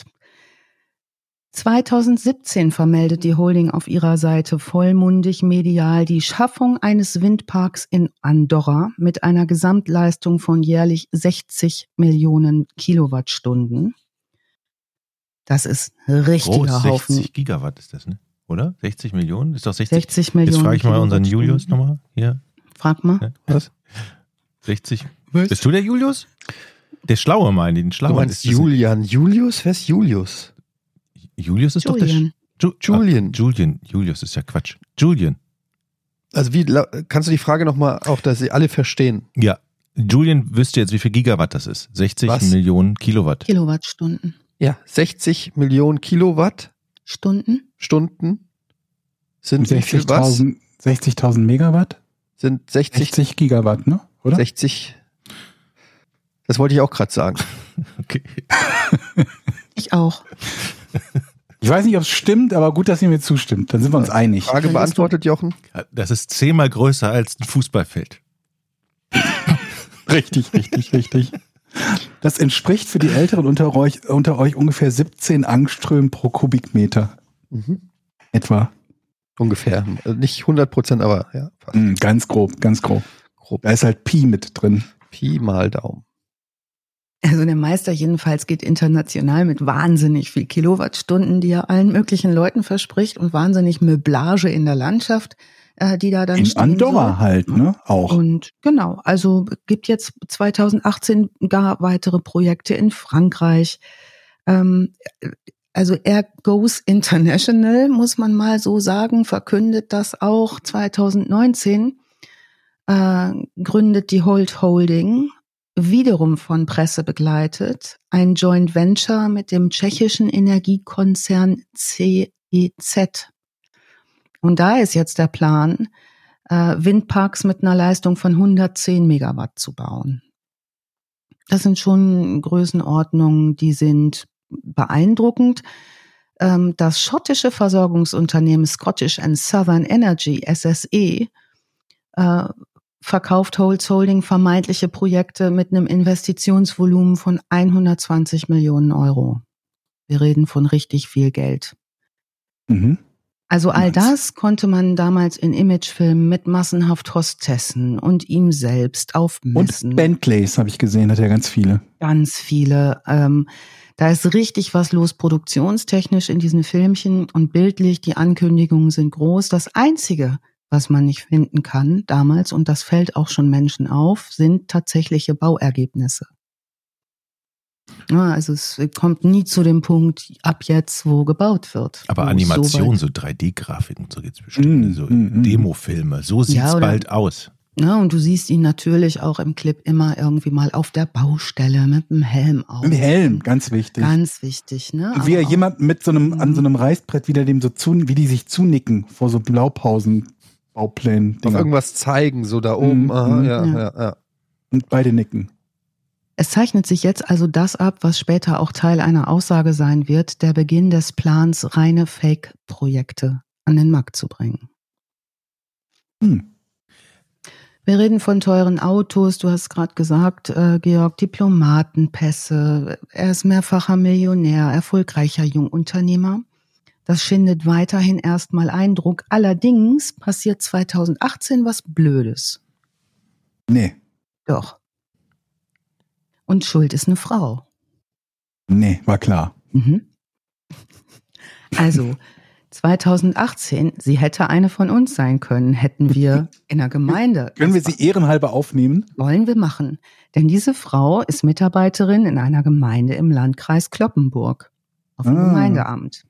2017 vermeldet die Holding auf ihrer Seite vollmundig medial die Schaffung eines Windparks in Andorra mit einer Gesamtleistung von jährlich 60 Millionen Kilowattstunden. Das ist ein richtiger Haufen. 60 Gigawatt ist das, ne? Oder? 60 Millionen? Ist doch 60 Millionen. Jetzt frage ich mal unseren Julius nochmal. Hier. Frag mal. Ja, was? 60. Was? Bist du der Julius? Der Schlaue, meine ich. Den Schlaue. Du meinst Julian. Julius? Wer ist Julius? Julius ist Julian. Doch der... Julian. Julian. Julius ist ja Quatsch. Julian. Also wie, kannst du die Frage nochmal, auch dass sie alle verstehen? Ja. Julian wüsste jetzt, wie viel Gigawatt das ist. 60 Millionen Kilowatt. Kilowattstunden. Ja, 60 Millionen Kilowatt. Stunden Sind 60.000 Megawatt? Sind 60 Gigawatt, ne? Oder? 60. Das wollte ich auch gerade sagen. Okay. Ich auch. Ich weiß nicht, ob es stimmt, aber gut, dass ihr mir zustimmt. Dann sind wir uns einig. Frage beantwortet, Jochen. Das ist 10-mal größer als ein Fußballfeld. Richtig. Das entspricht für die Älteren unter euch ungefähr 17 Angströmen pro Kubikmeter. Etwa. Ungefähr. Nicht 100%, aber ja. Fast. Ganz grob. Da ist halt Pi mit drin. Pi mal Daumen. Also der Meister jedenfalls geht international mit wahnsinnig viel Kilowattstunden, die er allen möglichen Leuten verspricht, und wahnsinnig Möblage in der Landschaft, die da dann in Andorra halt, ne? Auch. Und genau, also gibt jetzt 2018 gar weitere Projekte in Frankreich. Also er goes international, muss man mal so sagen, verkündet das auch 2019, gründet die Holt Holding, wiederum von Presse begleitet, ein Joint Venture mit dem tschechischen Energiekonzern CEZ. Und da ist jetzt der Plan, Windparks mit einer Leistung von 110 Megawatt zu bauen. Das sind schon Größenordnungen, die sind beeindruckend. Das schottische Versorgungsunternehmen Scottish and Southern Energy, SSE, verkauft Holt Holding vermeintliche Projekte mit einem Investitionsvolumen von 120 Millionen Euro. Wir reden von richtig viel Geld. Also all das konnte man damals in Imagefilmen mit massenhaft Hostessen und ihm selbst auf Messen. Und Bentleys habe ich gesehen, hat er ganz viele. Ganz viele. Da ist richtig was los produktionstechnisch in diesen Filmchen und bildlich. Die Ankündigungen sind groß. Das Einzige, was man nicht finden kann damals, und das fällt auch schon Menschen auf, sind tatsächliche Bauergebnisse. Ja, also es kommt nie zu dem Punkt, ab jetzt, wo gebaut wird. Aber Animation, so 3D-Grafiken, so geht's bestimmt, so Demofilme, so sieht's bald aus. Ja, und du siehst ihn natürlich auch im Clip immer irgendwie mal auf der Baustelle mit dem Helm auf. Mit dem Helm, ganz wichtig. Ganz wichtig, ne? Und wie er jemand mit so einem, an so einem Reißbrett wieder dem so wie die sich zunicken vor so Blaupausen-Bauplänen. Auf irgendwas zeigen, so da oben. Ja. Und beide nicken. Es zeichnet sich jetzt also das ab, was später auch Teil einer Aussage sein wird, der Beginn des Plans, reine Fake-Projekte an den Markt zu bringen. Wir reden von teuren Autos, du hast gerade gesagt, Georg, Diplomatenpässe, er ist mehrfacher Millionär, erfolgreicher Jungunternehmer. Das schindet weiterhin erstmal Eindruck. Allerdings passiert 2018 was Blödes. Nee. Doch. Und schuld ist eine Frau. Nee, war klar. Also 2018, sie hätte eine von uns sein können, hätten wir in der Gemeinde. Können wir sie ehrenhalber aufnehmen? Wollen wir machen. Denn diese Frau ist Mitarbeiterin in einer Gemeinde im Landkreis Cloppenburg. Auf dem Gemeindeamt.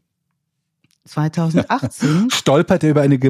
2018. Stolpert er über eine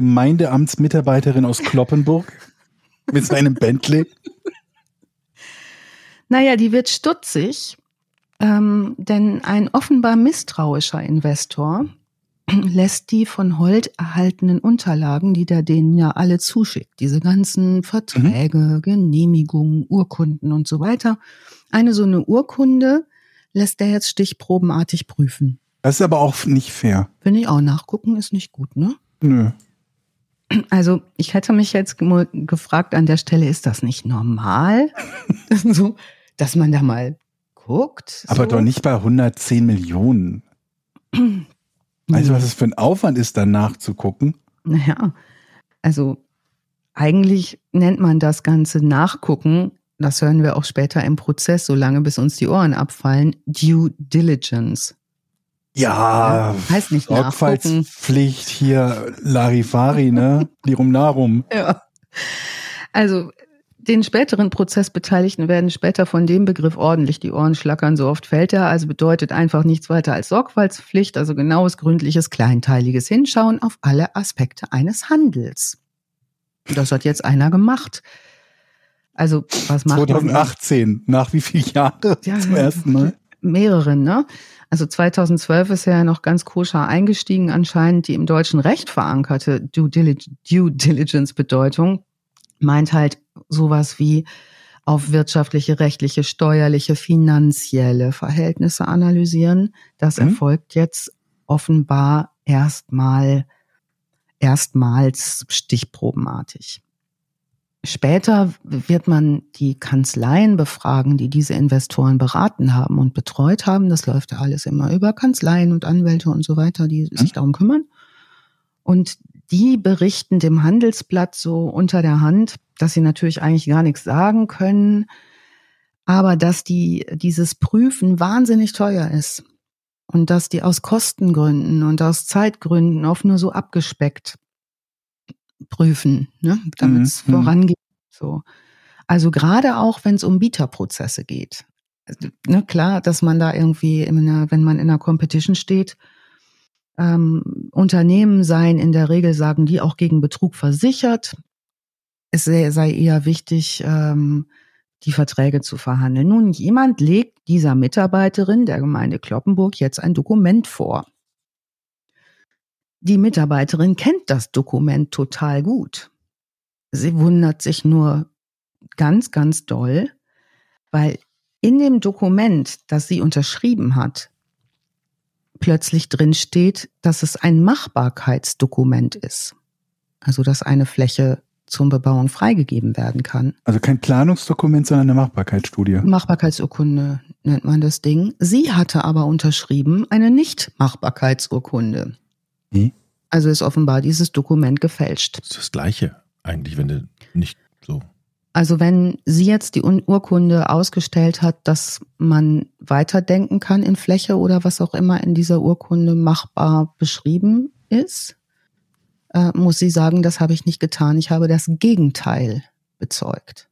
Gemeindeamtsmitarbeiterin aus Cloppenburg mit seinem Bentley? Naja, die wird stutzig, denn ein offenbar misstrauischer Investor lässt die von Holt erhaltenen Unterlagen, die der denen ja alle zuschickt, diese ganzen Verträge, Genehmigungen, Urkunden und so weiter. So eine Urkunde lässt der jetzt stichprobenartig prüfen. Das ist aber auch nicht fair. Finde ich auch, nachgucken ist nicht gut, ne? Nö. Also ich hätte mich jetzt gefragt an der Stelle, ist das nicht normal, so, dass man da mal guckt? Aber so? doch nicht bei 110 Millionen. Weißt du, was es für ein Aufwand ist, da nachzugucken? Naja, also eigentlich nennt man das Ganze Nachgucken, das hören wir auch später im Prozess, solange bis uns die Ohren abfallen, Due Diligence. Ja, heißt nicht nachgucken. Sorgfaltspflicht hier, Larifari, ne? Lirum Larum. Ja. Also den späteren Prozessbeteiligten werden später von dem Begriff ordentlich die Ohren schlackern, so oft fällt er, also bedeutet einfach nichts weiter als Sorgfaltspflicht, also genaues, gründliches, kleinteiliges Hinschauen auf alle Aspekte eines Handels. Das hat jetzt einer gemacht. Also, was macht 2018, nach wie vielen Jahren zum ersten Mal? Mehreren, ne? Also 2012 ist er ja noch ganz koscher eingestiegen, anscheinend die im deutschen Recht verankerte Due Diligence-Bedeutung meint halt sowas wie auf wirtschaftliche, rechtliche, steuerliche, finanzielle Verhältnisse analysieren. Das erfolgt jetzt offenbar erstmals stichprobenartig. Später wird man die Kanzleien befragen, die diese Investoren beraten haben und betreut haben. Das läuft ja alles immer über Kanzleien und Anwälte und so weiter, die sich darum kümmern. Und die berichten dem Handelsblatt so unter der Hand, dass sie natürlich eigentlich gar nichts sagen können, aber dass dieses Prüfen wahnsinnig teuer ist und dass die aus Kostengründen und aus Zeitgründen oft nur so abgespeckt prüfen, ne, damit es vorangeht. So. Also gerade auch, wenn es um Bieterprozesse geht. Also, ne, klar, dass man da irgendwie, wenn man in einer Competition steht, Unternehmen seien in der Regel, sagen die, auch gegen Betrug versichert. Es sei eher wichtig, die Verträge zu verhandeln. Nun, jemand legt dieser Mitarbeiterin der Gemeinde Cloppenburg jetzt ein Dokument vor. Die Mitarbeiterin kennt das Dokument total gut. Sie wundert sich nur ganz, ganz doll, weil in dem Dokument, das sie unterschrieben hat, plötzlich drin steht, dass es ein Machbarkeitsdokument ist. Also, dass eine Fläche zur Bebauung freigegeben werden kann. Also kein Planungsdokument, sondern eine Machbarkeitsstudie. Machbarkeitsurkunde nennt man das Ding. Sie hatte aber unterschrieben eine Nicht-Machbarkeitsurkunde. Also ist offenbar dieses Dokument gefälscht. Das ist das Gleiche eigentlich, wenn du nicht so... Also wenn sie jetzt die Urkunde ausgestellt hat, dass man weiterdenken kann in Fläche oder was auch immer in dieser Urkunde machbar beschrieben ist, muss sie sagen, das habe ich nicht getan. Ich habe das Gegenteil bezeugt.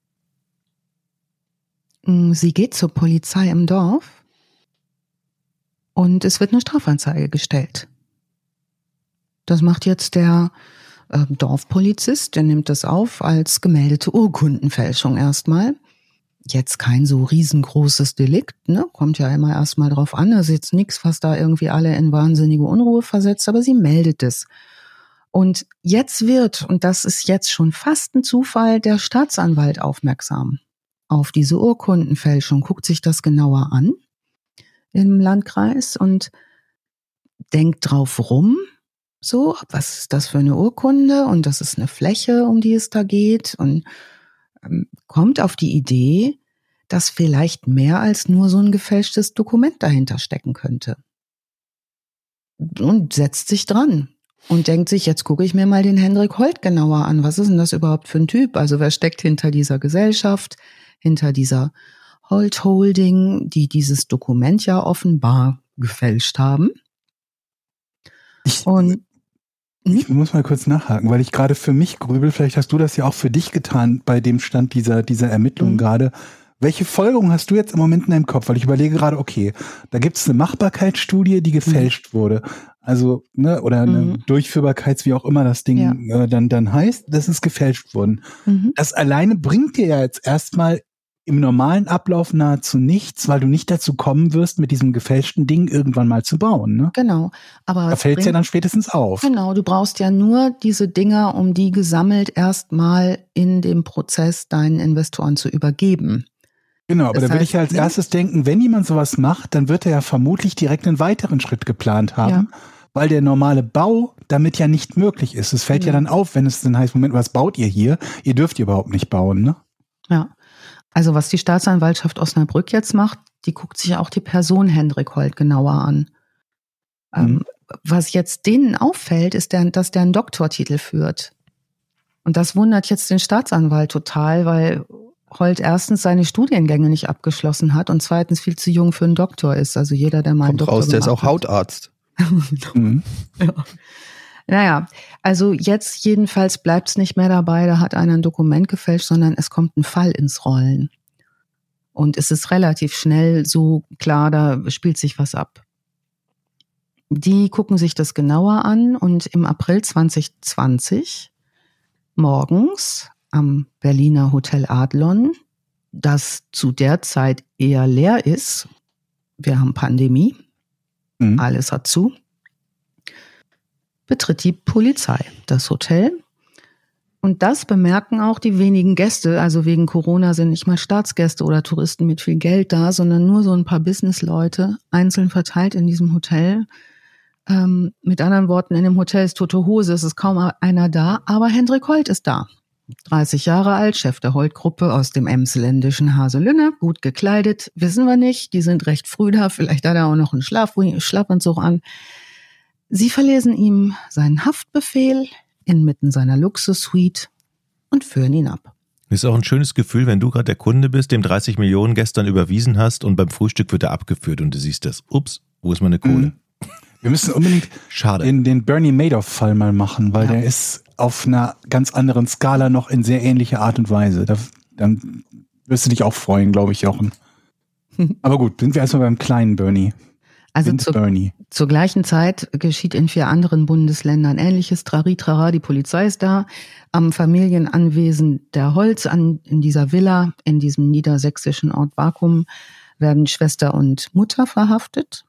Sie geht zur Polizei im Dorf und es wird eine Strafanzeige gestellt. Das macht jetzt der Dorfpolizist, der nimmt das auf als gemeldete Urkundenfälschung erstmal. Jetzt kein so riesengroßes Delikt, ne? Kommt ja immer erstmal drauf an. Das ist jetzt nichts, was da irgendwie alle in wahnsinnige Unruhe versetzt, aber sie meldet es. Und jetzt wird, und das ist jetzt schon fast ein Zufall, der Staatsanwalt aufmerksam auf diese Urkundenfälschung, guckt sich das genauer an im Landkreis und denkt drauf rum, so, was ist das für eine Urkunde? Und das ist eine Fläche, um die es da geht. Und kommt auf die Idee, dass vielleicht mehr als nur so ein gefälschtes Dokument dahinter stecken könnte. Und setzt sich dran und denkt sich, jetzt gucke ich mir mal den Hendrik Holt genauer an. Was ist denn das überhaupt für ein Typ? Also wer steckt hinter dieser Gesellschaft, hinter dieser Holt Holding, die dieses Dokument ja gefälscht haben? Ich muss mal kurz nachhaken, weil ich gerade für mich grübel, vielleicht hast du das ja auch für dich getan bei dem Stand dieser Ermittlungen gerade. Welche Folgerung hast du jetzt im Moment in deinem Kopf? Weil ich überlege gerade, okay, da gibt es eine Machbarkeitsstudie, die gefälscht wurde. Also, ne, oder eine Durchführbarkeits, wie auch immer das Ding dann heißt, das ist gefälscht worden. Das alleine bringt dir ja jetzt erstmal im normalen Ablauf nahezu nichts, weil du nicht dazu kommen wirst, mit diesem gefälschten Ding irgendwann mal zu bauen. Ne? Genau. Aber da fällt es ja dann spätestens auf. Genau, du brauchst ja nur diese Dinger, um die gesammelt erstmal in dem Prozess deinen Investoren zu übergeben. Genau, aber da würde ich ja als erstes denken, wenn jemand sowas macht, dann wird er ja vermutlich direkt einen weiteren Schritt geplant haben, weil der normale Bau damit ja nicht möglich ist. Es fällt ja dann auf, wenn es dann heißt, Moment, was baut ihr hier? Ihr dürft überhaupt nicht bauen, ne? Ja. Also was die Staatsanwaltschaft Osnabrück jetzt macht, die guckt sich auch die Person Hendrik Holt genauer an. Was jetzt denen auffällt, ist, dass der einen Doktortitel führt. Und das wundert jetzt den Staatsanwalt total, weil Holt erstens seine Studiengänge nicht abgeschlossen hat und zweitens viel zu jung für einen Doktor ist. Also jeder, der mal einen Doktor raus, der ist auch Hautarzt. Ja. Naja, also jetzt jedenfalls bleibt es nicht mehr dabei, da hat einer ein Dokument gefälscht, sondern es kommt ein Fall ins Rollen. Und es ist relativ schnell so klar, da spielt sich was ab. Die gucken sich das genauer an und im April 2020 morgens am Berliner Hotel Adlon, das zu der Zeit eher leer ist, wir haben Pandemie, alles hat zu, betritt die Polizei das Hotel. Und das bemerken auch die wenigen Gäste. Also wegen Corona sind nicht mal Staatsgäste oder Touristen mit viel Geld da, sondern nur so ein paar Businessleute, einzeln verteilt in diesem Hotel. Mit anderen Worten, in dem Hotel ist tote Hose, es ist kaum einer da, aber Hendrik Holt ist da. 30 Jahre alt, Chef der Holt-Gruppe aus dem emsländischen Haselünne, gut gekleidet, wissen wir nicht, die sind recht früh da, vielleicht hat er auch noch einen Schlafanzug an. Sie verlesen ihm seinen Haftbefehl inmitten seiner Luxussuite und führen ihn ab. Ist auch ein schönes Gefühl, wenn du gerade der Kunde bist, dem 30 Millionen gestern überwiesen hast und beim Frühstück wird er abgeführt und du siehst das. Ups, wo ist meine Kohle? Wir müssen unbedingt den Bernie Madoff-Fall mal machen, weil der ist auf einer ganz anderen Skala noch in sehr ähnlicher Art und Weise. Dann wirst du dich auch freuen, glaube ich, Jochen. Aber gut, sind wir erstmal beim kleinen Bernie. Also zur gleichen Zeit geschieht in 4 anderen Bundesländern Ähnliches. Trari-Trara, die Polizei ist da. Am Familienanwesen der Holz, in dieser Villa, in diesem niedersächsischen Ort Vakuum, werden Schwester und Mutter verhaftet.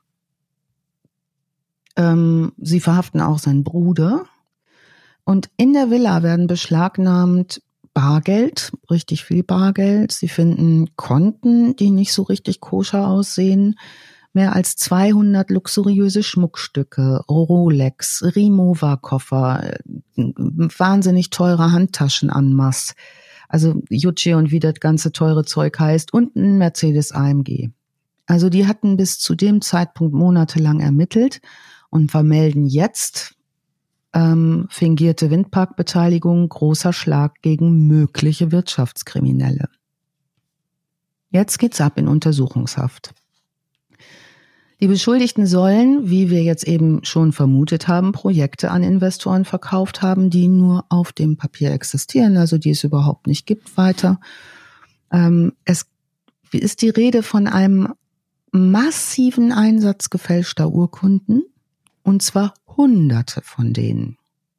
Sie verhaften auch seinen Bruder. Und in der Villa werden beschlagnahmt Bargeld, richtig viel Bargeld. Sie finden Konten, die nicht so richtig koscher aussehen. Mehr als 200 luxuriöse Schmuckstücke, Rolex, Rimowa-Koffer, wahnsinnig teure Handtaschen en masse. Also Gucci und wie das ganze teure Zeug heißt und ein Mercedes AMG. Also die hatten bis zu dem Zeitpunkt monatelang ermittelt und vermelden jetzt fingierte Windparkbeteiligung, großer Schlag gegen mögliche Wirtschaftskriminelle. Jetzt geht's ab in Untersuchungshaft. Die Beschuldigten sollen, wie wir jetzt eben schon vermutet haben, Projekte an Investoren verkauft haben, die nur auf dem Papier existieren, also die es überhaupt nicht gibt weiter. Es ist die Rede von einem massiven Einsatz gefälschter Urkunden, und zwar Hunderte von denen.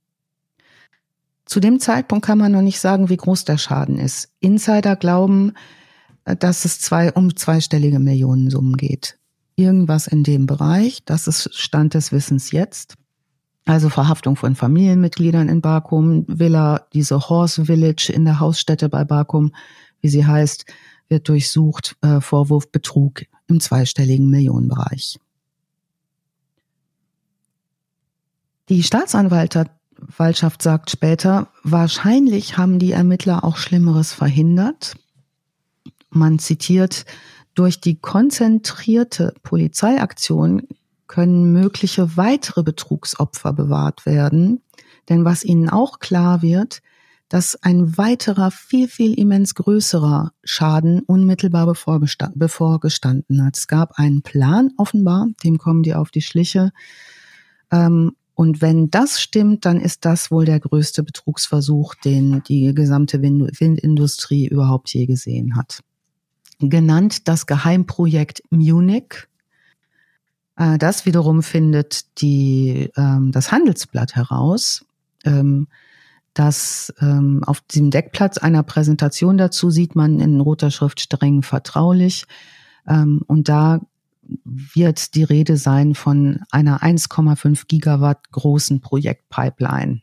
Zu dem Zeitpunkt kann man noch nicht sagen, wie groß der Schaden ist. Insider glauben, dass es um zweistellige Millionensummen geht. Irgendwas in dem Bereich, das ist Stand des Wissens jetzt. Also Verhaftung von Familienmitgliedern in Vakuum, Villa, diese Horse Village in der Hausstätte bei Vakuum, wie sie heißt, wird durchsucht, Vorwurf Betrug im zweistelligen Millionenbereich. Die Staatsanwaltschaft sagt später, wahrscheinlich haben die Ermittler auch Schlimmeres verhindert. Man zitiert, durch die konzentrierte Polizeiaktion können mögliche weitere Betrugsopfer bewahrt werden. Denn was ihnen auch klar wird, dass ein weiterer, viel, viel immens größerer Schaden unmittelbar bevorgestanden hat. Es gab einen Plan offenbar, dem kommen die auf die Schliche. Und wenn das stimmt, dann ist das wohl der größte Betrugsversuch, den die gesamte Windindustrie überhaupt je gesehen hat. Genannt das Geheimprojekt Munich. Das wiederum findet das Handelsblatt heraus. dass auf diesem Deckplatz einer Präsentation dazu sieht man in roter Schrift streng vertraulich. Und da wird die Rede sein von einer 1,5 Gigawatt großen Projektpipeline.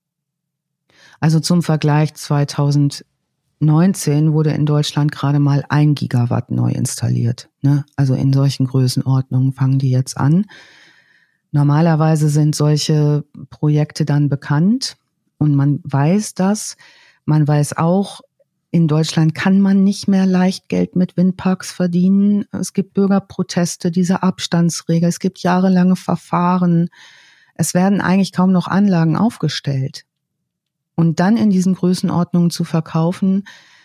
Also zum Vergleich 2019 wurde in Deutschland gerade mal 1 Gigawatt neu installiert. Ne? Also in solchen Größenordnungen fangen die jetzt an. Normalerweise sind solche Projekte dann bekannt und man weiß das. Man weiß auch, in Deutschland kann man nicht mehr leicht Geld mit Windparks verdienen. Es gibt Bürgerproteste, diese Abstandsregel. Es gibt jahrelange Verfahren. Es werden eigentlich kaum noch Anlagen aufgestellt. Und dann in diesen Größenordnungen zu verkaufen,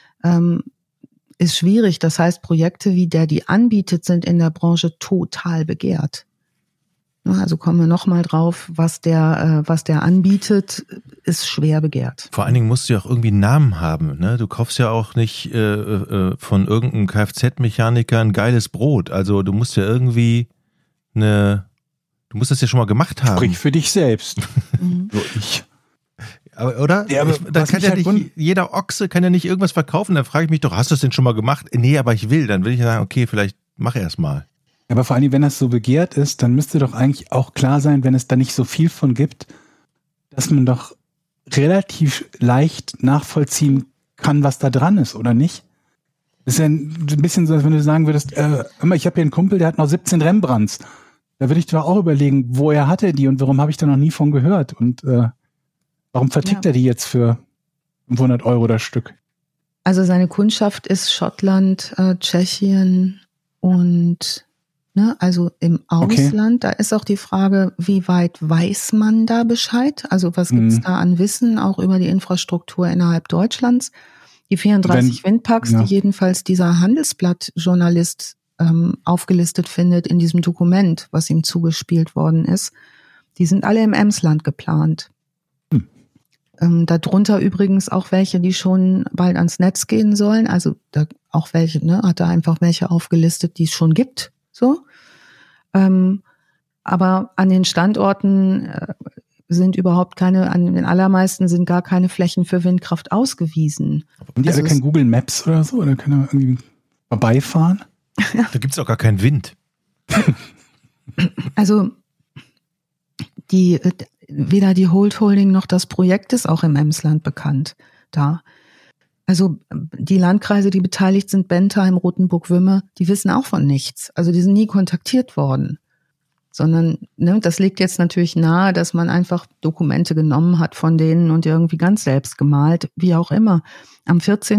ist schwierig. Das heißt, Projekte wie der, die anbietet, sind in der Branche total begehrt. Also kommen wir nochmal drauf, was der anbietet, ist schwer begehrt. Vor allen Dingen musst du ja auch irgendwie einen Namen haben. Ne? Du kaufst ja auch nicht von irgendeinem Kfz-Mechaniker ein geiles Brot. Also du musst ja irgendwie du musst das ja schon mal gemacht haben. Sprich für dich selbst. So ich. Aber, oder? Ja, aber da kann ja nicht, jeder Ochse kann ja nicht irgendwas verkaufen. Dann frage ich mich doch, hast du es denn schon mal gemacht? Nee, aber ich will. Dann will ich ja sagen, okay, vielleicht mach erst mal. Aber vor allem, wenn das so begehrt ist, dann müsste doch eigentlich auch klar sein, wenn es da nicht so viel von gibt, dass man doch relativ leicht nachvollziehen kann, was da dran ist, oder nicht? Das ist ja ein bisschen so, als wenn du sagen würdest, ich habe hier einen Kumpel, der hat noch 17 Rembrandts. Da würde ich doch auch überlegen, woher hat er die und warum habe ich da noch nie von gehört? Und warum vertickt er die jetzt für 500 € das Stück? Also seine Kundschaft ist Schottland, Tschechien und also im Ausland. Da ist auch die Frage, wie weit weiß man da Bescheid? Also was gibt es da an Wissen auch über die Infrastruktur innerhalb Deutschlands? Die 34 Windparks, die jedenfalls dieser Handelsblatt-Journalist aufgelistet findet in diesem Dokument, was ihm zugespielt worden ist, die sind alle im Emsland geplant. Darunter übrigens auch welche, die schon bald ans Netz gehen sollen. Also da auch welche, hat er einfach welche aufgelistet, die es schon gibt. So. Aber an den Standorten sind überhaupt an den allermeisten sind gar keine Flächen für Windkraft ausgewiesen. Haben die alle kein Google Maps oder so? Oder können wir irgendwie vorbeifahren? Ja. Da gibt es auch gar keinen Wind. Also weder die Holt Holding noch das Projekt ist auch im Emsland bekannt. Also die Landkreise, die beteiligt sind, Bentheim, Rothenburg-Wümme, die wissen auch von nichts. Also die sind nie kontaktiert worden. Sondern das liegt jetzt natürlich nahe, dass man einfach Dokumente genommen hat von denen und irgendwie ganz selbst gemalt, wie auch immer. Am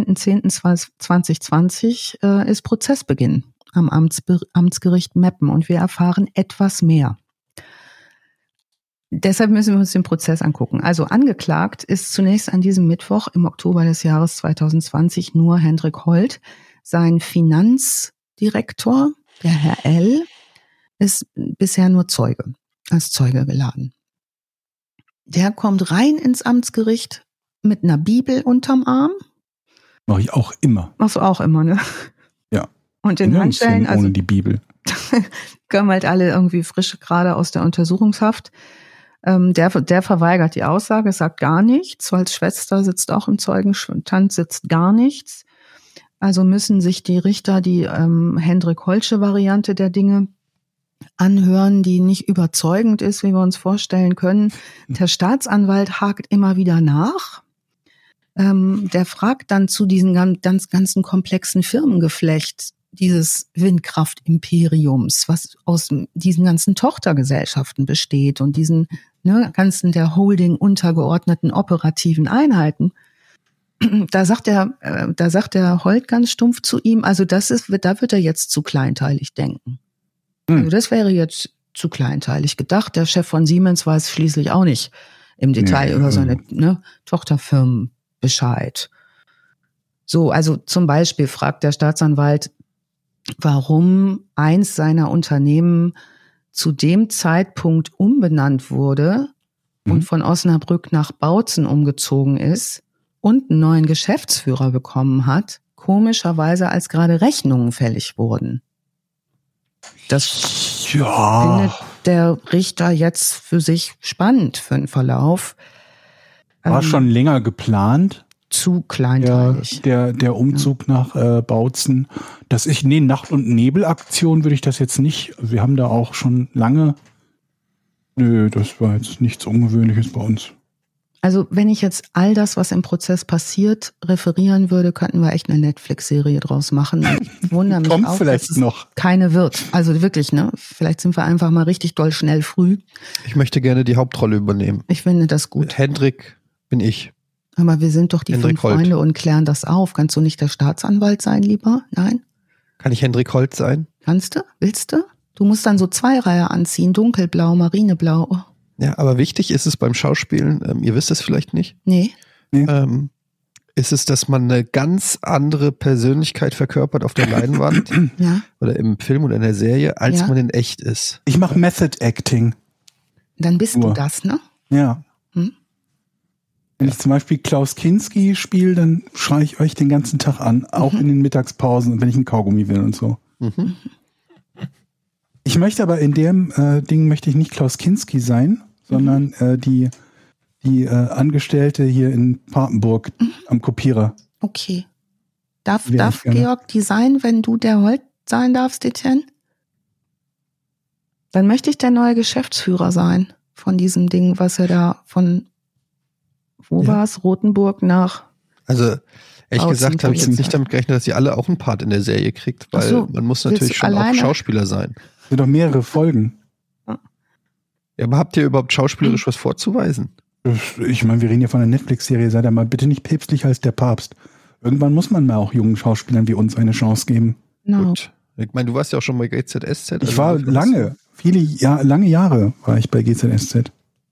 14.10.2020 ist Prozessbeginn am Amtsgericht Meppen und wir erfahren etwas mehr. Deshalb müssen wir uns den Prozess angucken. Also angeklagt ist zunächst an diesem Mittwoch im Oktober des Jahres 2020 nur Hendrik Holt. Sein Finanzdirektor, der Herr L., ist bisher nur als Zeuge geladen. Der kommt rein ins Amtsgericht mit einer Bibel unterm Arm. Mache ich auch immer. Machst du auch immer, ne? Ja. Und in Handschellen, ohne die Bibel. Kommen halt alle irgendwie frisch gerade aus der Untersuchungshaft. Der verweigert die Aussage, sagt gar nichts. Als Schwester sitzt auch im Zeugenstand, sitzt gar nichts. Also müssen sich die Richter die Hendrik Holtsche Variante der Dinge anhören, die nicht überzeugend ist, wie wir uns vorstellen können. Der Staatsanwalt hakt immer wieder nach. Der fragt dann zu diesem ganzen komplexen Firmengeflecht dieses Windkraftimperiums, was aus diesen ganzen Tochtergesellschaften besteht und diesen ganzen der Holding untergeordneten operativen Einheiten. Da sagt der Holt ganz stumpf zu ihm, also da wird er jetzt zu kleinteilig denken. Also das wäre jetzt zu kleinteilig gedacht. Der Chef von Siemens weiß schließlich auch nicht im Detail über seine Tochterfirmen Bescheid. So, also zum Beispiel fragt der Staatsanwalt, warum eins seiner Unternehmen zu dem Zeitpunkt umbenannt wurde und von Osnabrück nach Bautzen umgezogen ist und einen neuen Geschäftsführer bekommen hat, komischerweise als gerade Rechnungen fällig wurden. Das findet der Richter jetzt für sich spannend für den Verlauf. War schon länger geplant. Zu kleinteilig. Der Umzug nach Bautzen. Nacht- und Nebel-Aktion würde ich das jetzt nicht. Wir haben da auch schon lange. Nö, das war jetzt nichts Ungewöhnliches bei uns. Also wenn ich jetzt all das, was im Prozess passiert, referieren würde, könnten wir echt eine Netflix-Serie draus machen. Ich wundere mich Kommt auch, vielleicht dass es noch keine wird. Also wirklich, ne? Vielleicht sind wir einfach mal richtig doll schnell früh. Ich möchte gerne die Hauptrolle übernehmen. Ich finde das gut. Hendrik bin ich. Aber wir sind doch die Hendrik 5 Freunde und klären das auf. Kannst du nicht der Staatsanwalt sein, lieber? Nein? Kann ich Hendrik Holt sein? Kannst du? Willst du? Du musst dann so 2 Reihe anziehen. Dunkelblau, Marineblau. Ja, aber wichtig ist es beim Schauspielen, ihr wisst es vielleicht nicht. Nee. Ist es, dass man eine ganz andere Persönlichkeit verkörpert auf der Leinwand Ja. oder im Film oder in der Serie, als Ja. man in echt ist. Ich mache Method Acting. Dann bist du das, ne? Ja. Hm? Wenn ich zum Beispiel Klaus Kinski spiele, dann schreie ich euch den ganzen Tag an, auch in den Mittagspausen und wenn ich einen Kaugummi will und so. Mhm. Ich möchte aber in dem Ding möchte ich nicht Klaus Kinski sein, sondern die Angestellte hier in Papenburg am Kopierer. Okay. Darf Wäre ich gerne. Georg die sein, wenn du der Holt sein darfst, Etienne? Dann möchte ich der neue Geschäftsführer sein von diesem Ding, was er da von, wo war es, Rothenburg nach... Also ehrlich gesagt habe ich jetzt Bautzen- nicht damit gerechnet, dass ihr alle auch einen Part in der Serie kriegt, weil Ach so, man muss willst natürlich du schon auch alleine? Schauspieler sein. Es sind doch mehrere Folgen. Ja, aber habt ihr überhaupt schauspielerisch was vorzuweisen? Ich meine, wir reden ja von einer Netflix-Serie. Seid ihr mal bitte nicht päpstlicher als der Papst. Irgendwann muss man mal auch jungen Schauspielern wie uns eine Chance geben. No. Gut. Ich meine, du warst ja auch schon bei GZSZ. Ich war lange Jahre war ich bei GZSZ.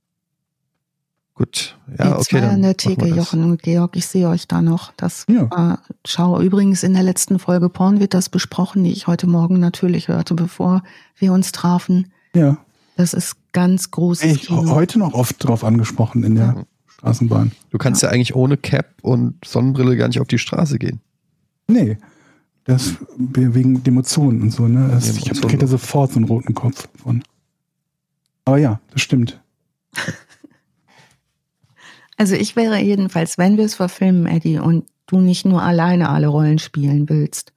Gut. Ja, Jetzt okay. war Dann an der machen Theke, wir das. Jochen und Georg, ich sehe euch da noch. Das Ja. war, übrigens in der letzten Folge Porn wird das besprochen, die ich heute Morgen natürlich hörte, bevor wir uns trafen. Ja. Das ist ganz großes Ich Kino. heute noch oft drauf angesprochen in der Straßenbahn. Du kannst ja eigentlich ohne Cap und Sonnenbrille gar nicht auf die Straße gehen. Nee. Das wegen Emotionen und so, ne? Ich Emotionen. krieg da sofort so einen roten Kopf von. Aber ja, das stimmt. Also ich wäre jedenfalls, wenn wir es verfilmen, Eddie, und du nicht nur alleine alle Rollen spielen willst.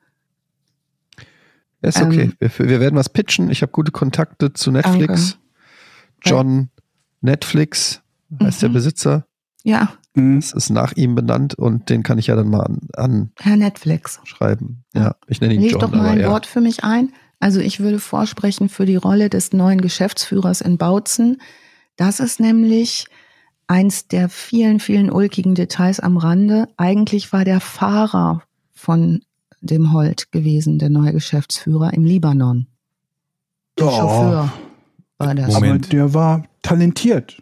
Ist okay. Wir werden was pitchen. Ich habe gute Kontakte zu Netflix. Danke. John Netflix heißt der Besitzer. Ja, Das ist nach ihm benannt und den kann ich ja dann mal Herr Netflix. anschreiben. Ja, ich nenne ihn Leg John. doch mal aber ein ja. Wort für mich ein. Also ich würde vorsprechen für die Rolle des neuen Geschäftsführers in Bautzen. Das ist nämlich eins der vielen, vielen ulkigen Details am Rande. Eigentlich war der Fahrer von dem Holt gewesen, der neue Geschäftsführer im Libanon. Der Chauffeur war das. Moment. Aber der war talentiert.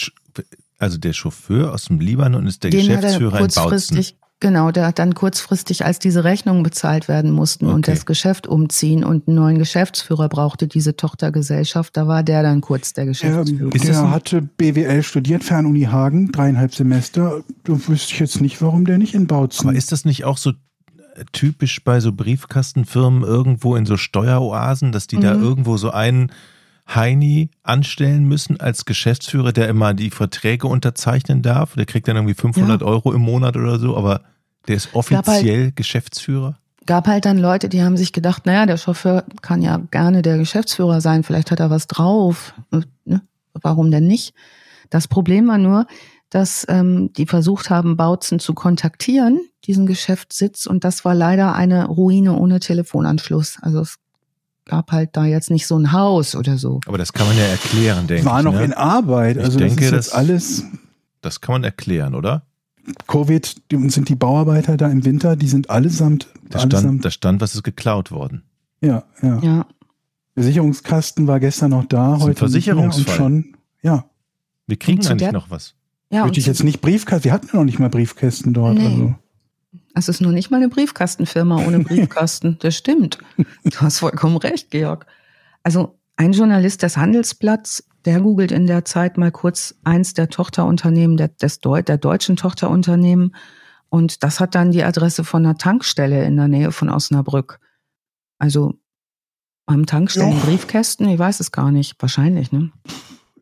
Der Chauffeur aus dem Libanon ist der Den hat er Geschäftsführer in Bautzen. kurzfristig, genau, der hat dann kurzfristig, als diese Rechnungen bezahlt werden mussten und Okay. das Geschäft umziehen und einen neuen Geschäftsführer brauchte diese Tochtergesellschaft, da war der dann kurz der Geschäftsführer. Der hatte BWL studiert, Fernuni Hagen, 3,5 Semester. Du wüsste ich jetzt nicht, warum der nicht in Bautzen. Aber ist das nicht auch so typisch bei so Briefkastenfirmen irgendwo in so Steueroasen, dass die da irgendwo so einen Heini anstellen müssen als Geschäftsführer, der immer die Verträge unterzeichnen darf? Der kriegt dann irgendwie 500 Euro im Monat oder so, aber der ist offiziell Geschäftsführer? Gab halt dann Leute, die haben sich gedacht, naja, der Chauffeur kann ja gerne der Geschäftsführer sein, vielleicht hat er was drauf, ne? Warum denn nicht? Das Problem war nur, dass die versucht haben, Bautzen zu kontaktieren, diesen Geschäftssitz, und das war leider eine Ruine ohne Telefonanschluss. Also es gab halt da jetzt nicht so ein Haus oder so. Aber das kann man ja erklären, denke ich. War noch ne? in Arbeit. Ich Also denke, das ist das- jetzt alles Das kann man erklären, oder? Covid. Sind die Bauarbeiter da im Winter, die sind allesamt. Da stand, was ist geklaut worden. Ja. Ja. Der Sicherungskasten war gestern noch da, ist ein heute nicht mehr Versicherungsfall. und schon. Ja. Wir kriegen Und zu eigentlich der- noch was. Ja, Würde und ich jetzt nicht Briefkasten. Wir hatten ja noch nicht mal Briefkästen dort. Nee. Also. es ist nur nicht mal eine Briefkastenfirma ohne Briefkasten. Das stimmt. Du hast vollkommen recht, Georg. Also ein Journalist des Handelsblatts, der googelt in der Zeit mal kurz eins der Tochterunternehmen, der deutschen Tochterunternehmen. Und das hat dann die Adresse von einer Tankstelle in der Nähe von Osnabrück. Also am Tankstellen Ja. Briefkästen, ich weiß es gar nicht. Wahrscheinlich, ne?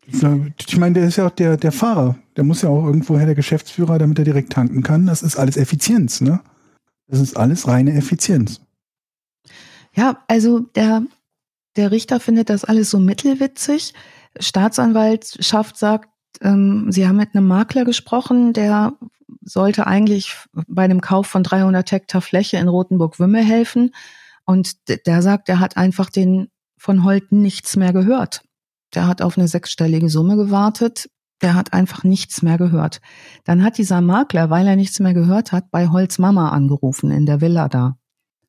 Ich meine, der ist ja auch der Fahrer. Der muss ja auch irgendwoher der Geschäftsführer, damit er direkt tanken kann. Das ist alles Effizienz, ne? Das ist alles reine Effizienz. Ja, also der Richter findet das alles so mittelwitzig. Staatsanwaltschaft sagt, sie haben mit einem Makler gesprochen, der sollte eigentlich bei dem Kauf von 300 Hektar Fläche in Rothenburg-Wümme helfen. Und der sagt, er hat einfach von Holt nichts mehr gehört. Der hat auf eine 6-stellige Summe gewartet. Der hat einfach nichts mehr gehört. Dann hat dieser Makler, weil er nichts mehr gehört hat, bei Holts Mama angerufen in der Villa da.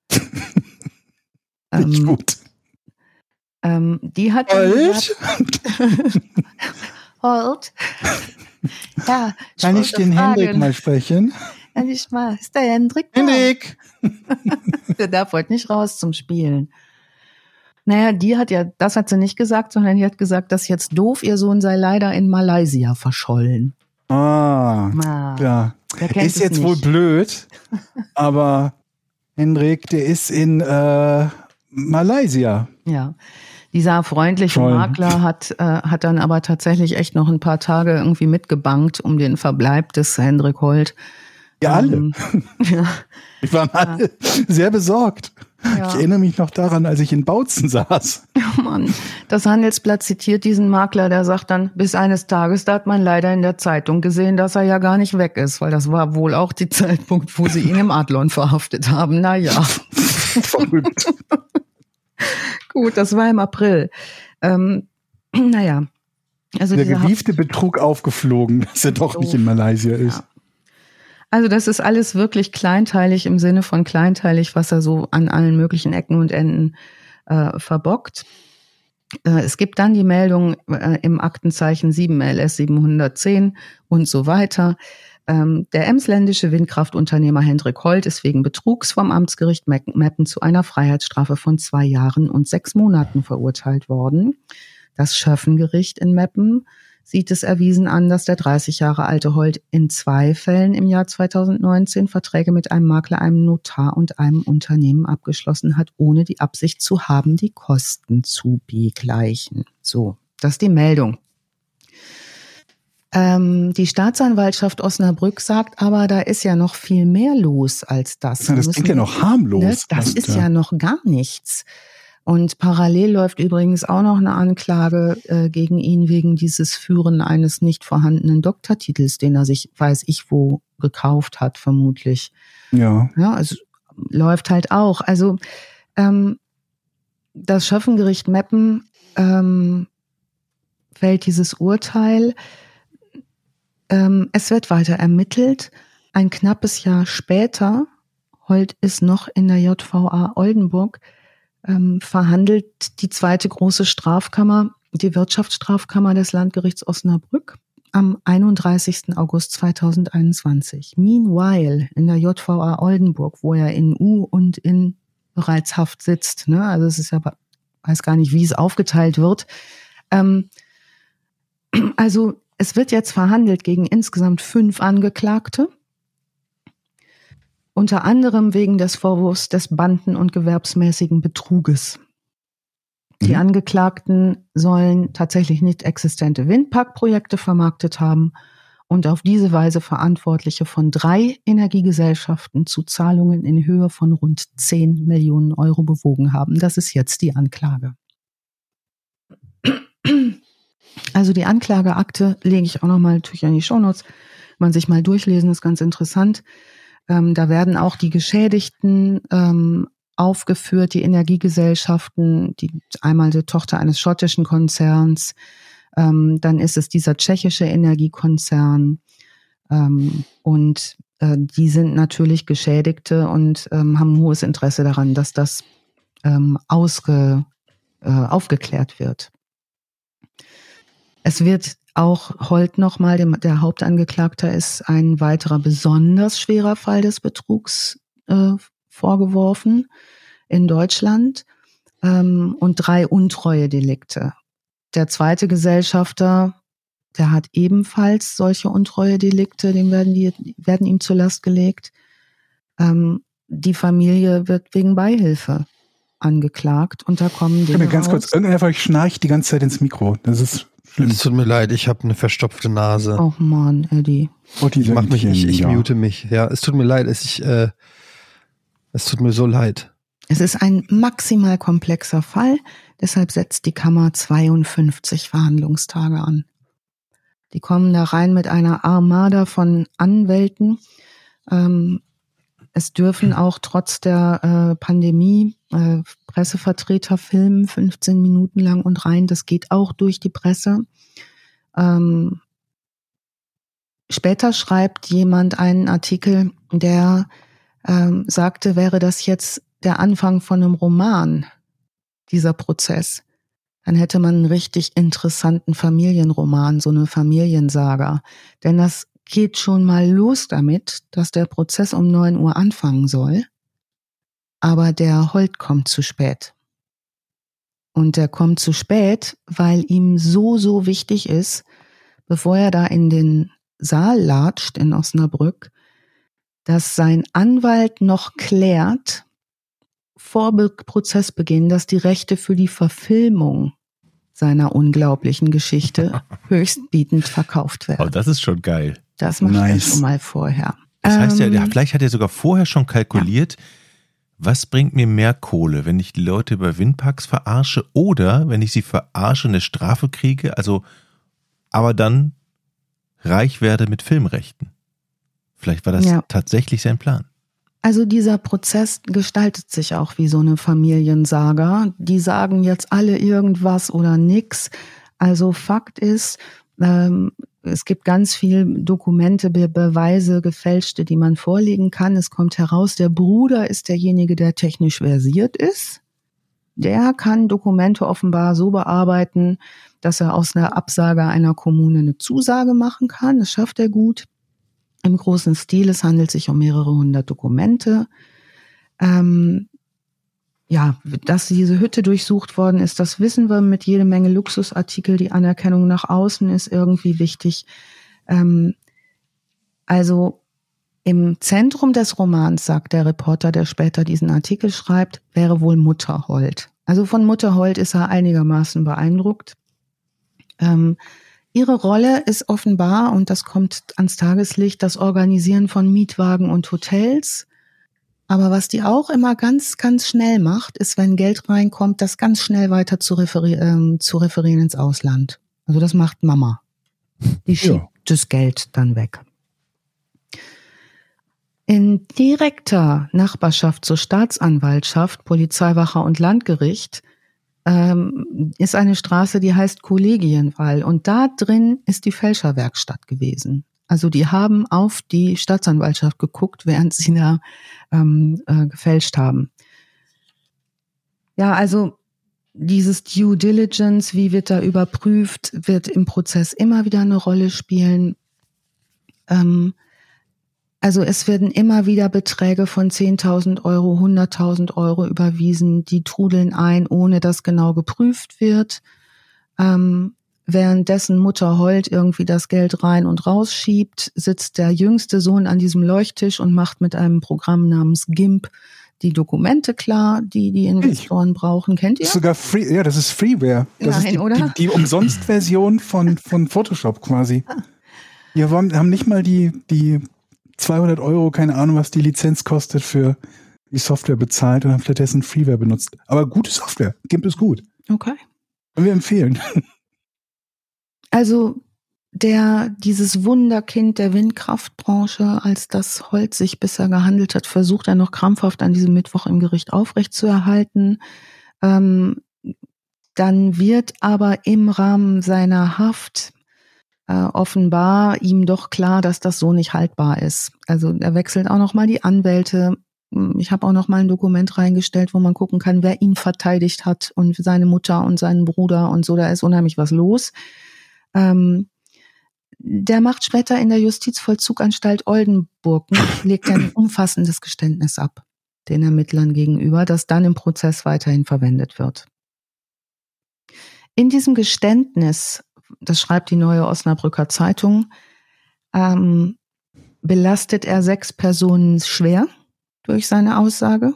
Nicht gut. Die hat Holt? Holt? Ja, kann ich den Hendrik mal sprechen? Ist der Hendrik da? Hendrik! Der darf heute nicht raus zum Spielen. Naja, das hat sie nicht gesagt, sondern die hat gesagt, das ist jetzt doof, ihr Sohn sei leider in Malaysia verschollen. Ja. Ist jetzt nicht wohl blöd, aber Hendrik, der ist in Malaysia. Ja. Dieser freundliche Makler hat dann aber tatsächlich echt noch ein paar Tage irgendwie mitgebankt um den Verbleib des Hendrik Holt. Ja, alle. Ja. Wir waren alle sehr besorgt. Ja. Ich erinnere mich noch daran, als ich in Bautzen saß. Ja, Mann. Das Handelsblatt zitiert diesen Makler, der sagt dann, bis eines Tages, da hat man leider in der Zeitung gesehen, dass er ja gar nicht weg ist, weil das war wohl auch der Zeitpunkt, wo sie ihn im Adlon verhaftet haben. Naja. Verrückt. Gut, das war im April. Naja. Also der gewiefte Betrug aufgeflogen, dass er doch nicht in Malaysia ist. Ja. Also das ist alles wirklich kleinteilig im Sinne von kleinteilig, was er so an allen möglichen Ecken und Enden verbockt. Es gibt dann die Meldung im Aktenzeichen 7 LS 710 und so weiter. Der emsländische Windkraftunternehmer Hendrik Holt ist wegen Betrugs vom Amtsgericht Meppen zu einer Freiheitsstrafe von 2 Jahren und 6 Monaten verurteilt worden. Das Schöffengericht in Meppen sieht es erwiesen an, dass der 30 Jahre alte Holt in 2 Fällen im Jahr 2019 Verträge mit einem Makler, einem Notar und einem Unternehmen abgeschlossen hat, ohne die Absicht zu haben, die Kosten zu begleichen. So, das ist die Meldung. Die Staatsanwaltschaft Osnabrück sagt aber, da ist ja noch viel mehr los als das. Ja, das klingt ja noch harmlos. Ne? Das ist ja noch gar nichts. Und parallel läuft übrigens auch noch eine Anklage gegen ihn wegen dieses Führen eines nicht vorhandenen Doktortitels, den er sich, weiß ich wo, gekauft hat, vermutlich. Ja. Ja, also läuft halt auch. Also das Schöffengericht Meppen fällt dieses Urteil. Es wird weiter ermittelt. Ein knappes Jahr später, Holt ist noch in der JVA Oldenburg, verhandelt die 2. große Strafkammer, die Wirtschaftsstrafkammer des Landgerichts Osnabrück, am 31. August 2021. Meanwhile in der JVA Oldenburg, wo er in U- und in Bereitshaft sitzt, ne? Also es ist ja, weiß gar nicht, wie es aufgeteilt wird. Also es wird jetzt verhandelt gegen insgesamt 5 Angeklagte. Unter anderem wegen des Vorwurfs des banden- und gewerbsmäßigen Betruges. Die Angeklagten sollen tatsächlich nicht existente Windparkprojekte vermarktet haben und auf diese Weise Verantwortliche von 3 Energiegesellschaften zu Zahlungen in Höhe von rund 10 Millionen Euro bewogen haben. Das ist jetzt die Anklage. Also die Anklageakte lege ich auch nochmal natürlich in die Shownotes. Kann man sich mal durchlesen, ist ganz interessant. Da werden auch die Geschädigten aufgeführt, die Energiegesellschaften, einmal die Tochter eines schottischen Konzerns, dann ist es dieser tschechische Energiekonzern und die sind natürlich Geschädigte und haben ein hohes Interesse daran, dass das aufgeklärt wird. Es wird auch Holt nochmal, der Hauptangeklagter ist ein weiterer besonders schwerer Fall des Betrugs vorgeworfen in Deutschland und 3 Untreue-Delikte. Der zweite Gesellschafter, der hat ebenfalls solche Untreue-Delikte, werden ihm zur Last gelegt. Die Familie wird wegen Beihilfe angeklagt und da kommen Dinge ganz kurz, irgendeiner von euch schnarcht die ganze Zeit ins Mikro. Das ist Es tut mir leid, ich habe eine verstopfte Nase. Oh Mann, Eddie. Ich mute mich. Ja, es tut mir leid, es tut mir so leid. Es ist ein maximal komplexer Fall, deshalb setzt die Kammer 52 Verhandlungstage an. Die kommen da rein mit einer Armada von Anwälten. Es dürfen auch trotz der Pandemie Pressevertreter filmen, 15 Minuten lang und rein. Das geht auch durch die Presse. Später schreibt jemand einen Artikel, der sagte, wäre das jetzt der Anfang von einem Roman, dieser Prozess, dann hätte man einen richtig interessanten Familienroman, so eine Familiensaga. Denn das geht schon mal los damit, dass der Prozess um 9 Uhr anfangen soll, aber der Holt kommt zu spät. Und der kommt zu spät, weil ihm so wichtig ist, bevor er da in den Saal latscht in Osnabrück, dass sein Anwalt noch klärt, vor Prozessbeginn, dass die Rechte für die Verfilmung seiner unglaublichen Geschichte höchstbietend verkauft werden. Oh, das ist schon geil. Das macht er schon mal vorher. Das heißt vielleicht hat er sogar vorher schon kalkuliert, was bringt mir mehr Kohle, wenn ich die Leute über Windparks verarsche oder wenn ich sie verarsche, eine Strafe kriege, aber dann reich werde mit Filmrechten. Vielleicht war das tatsächlich sein Plan. Also dieser Prozess gestaltet sich auch wie so eine Familiensaga. Die sagen jetzt alle irgendwas oder nix. Also Fakt ist, es gibt ganz viel Dokumente, Beweise, gefälschte, die man vorlegen kann. Es kommt heraus, der Bruder ist derjenige, der technisch versiert ist. Der kann Dokumente offenbar so bearbeiten, dass er aus einer Absage einer Kommune eine Zusage machen kann. Das schafft er gut. Im großen Stil, es handelt sich um mehrere 100 Dokumente. Dass diese Hütte durchsucht worden ist, das wissen wir mit jede Menge Luxusartikel. Die Anerkennung nach außen ist irgendwie wichtig. Also im Zentrum des Romans, sagt der Reporter, der später diesen Artikel schreibt, wäre wohl Mutter Holt. Also von Mutter Holt ist er einigermaßen beeindruckt. Ihre Rolle ist offenbar, und das kommt ans Tageslicht, das Organisieren von Mietwagen und Hotels. Aber was die auch immer ganz, ganz schnell macht, ist, wenn Geld reinkommt, das ganz schnell weiter zu referieren ins Ausland. Also das macht Mama. Die schiebt das Geld dann weg. In direkter Nachbarschaft zur Staatsanwaltschaft, Polizeiwache und Landgericht ist eine Straße, die heißt Kollegienwall. Und da drin ist die Fälscherwerkstatt gewesen. Also die haben auf die Staatsanwaltschaft geguckt, während sie da gefälscht haben. Ja, also dieses Due Diligence, wie wird da überprüft, wird im Prozess immer wieder eine Rolle spielen. Also es werden immer wieder Beträge von 10.000 Euro, 100.000 Euro überwiesen, die trudeln ein, ohne dass genau geprüft wird. Währenddessen Mutter Holt irgendwie das Geld rein und rausschiebt, sitzt der jüngste Sohn an diesem Leuchttisch und macht mit einem Programm namens GIMP die Dokumente klar, die die Investoren brauchen. Kennt ihr? Das ist sogar free, ja, das ist Freeware. Das ist die Umsonst-Version von Photoshop quasi. Wir haben nicht mal die 200 Euro, keine Ahnung, was die Lizenz kostet, für die Software bezahlt und haben stattdessen Freeware benutzt. Aber gute Software. GIMP ist gut. Okay. Und wir empfehlen. Also dieses Wunderkind der Windkraftbranche, als das Holt sich bisher gehandelt hat, versucht er noch krampfhaft an diesem Mittwoch im Gericht aufrechtzuerhalten. Dann wird aber im Rahmen seiner Haft offenbar ihm doch klar, dass das so nicht haltbar ist. Also er wechselt auch noch mal die Anwälte. Ich habe auch noch mal ein Dokument reingestellt, wo man gucken kann, wer ihn verteidigt hat und seine Mutter und seinen Bruder und so. Da ist unheimlich was los. Der macht später in der Justizvollzuganstalt Oldenburg, legt ein umfassendes Geständnis ab, den Ermittlern gegenüber, das dann im Prozess weiterhin verwendet wird. In diesem Geständnis, das schreibt die Neue Osnabrücker Zeitung, belastet er 6 Personen schwer durch seine Aussage.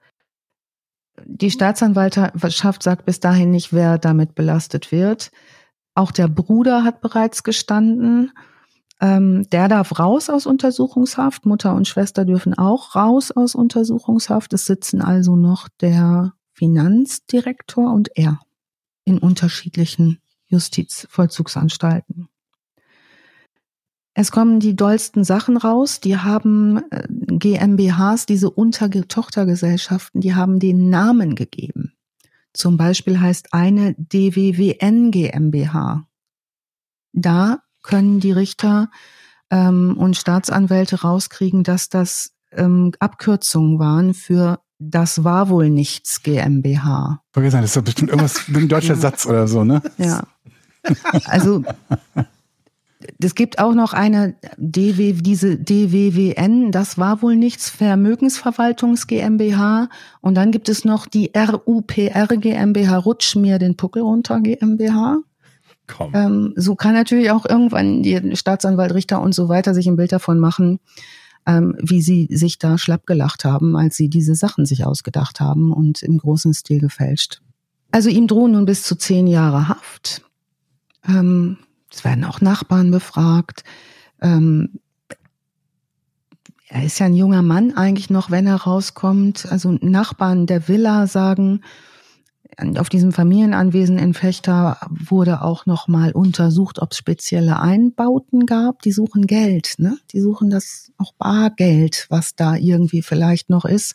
Die Staatsanwaltschaft sagt bis dahin nicht, wer damit belastet wird. Auch der Bruder hat bereits gestanden. Der darf raus aus Untersuchungshaft. Mutter und Schwester dürfen auch raus aus Untersuchungshaft. Es sitzen also noch der Finanzdirektor und er in unterschiedlichen Justizvollzugsanstalten. Es kommen die dollsten Sachen raus. Die haben GmbHs, diese Tochtergesellschaften, die haben den Namen gegeben. Zum Beispiel heißt eine DWWN GmbH. Da können die Richter und Staatsanwälte rauskriegen, dass das Abkürzungen waren für das war wohl nichts GmbH. Vergessen, das ist doch bestimmt irgendwas mit einem deutschen Satz oder so, ne? Ja. Also es gibt auch noch eine diese DWWN, das war wohl nichts, Vermögensverwaltungs GmbH. Und dann gibt es noch die RUPR GmbH, Rutsch mir den Puckel runter GmbH. So kann natürlich auch irgendwann die Staatsanwalt, Richter und so weiter sich ein Bild davon machen, wie sie sich da schlapp gelacht haben, als sie diese Sachen sich ausgedacht haben und im großen Stil gefälscht. Also ihm drohen nun bis zu 10 Jahre Haft. Es werden auch Nachbarn befragt. Er ist ja ein junger Mann eigentlich noch, wenn er rauskommt. Also Nachbarn der Villa sagen, auf diesem Familienanwesen in Vechta wurde auch noch mal untersucht, ob es spezielle Einbauten gab. Die suchen Geld, ne? Die suchen das auch Bargeld, was da irgendwie vielleicht noch ist.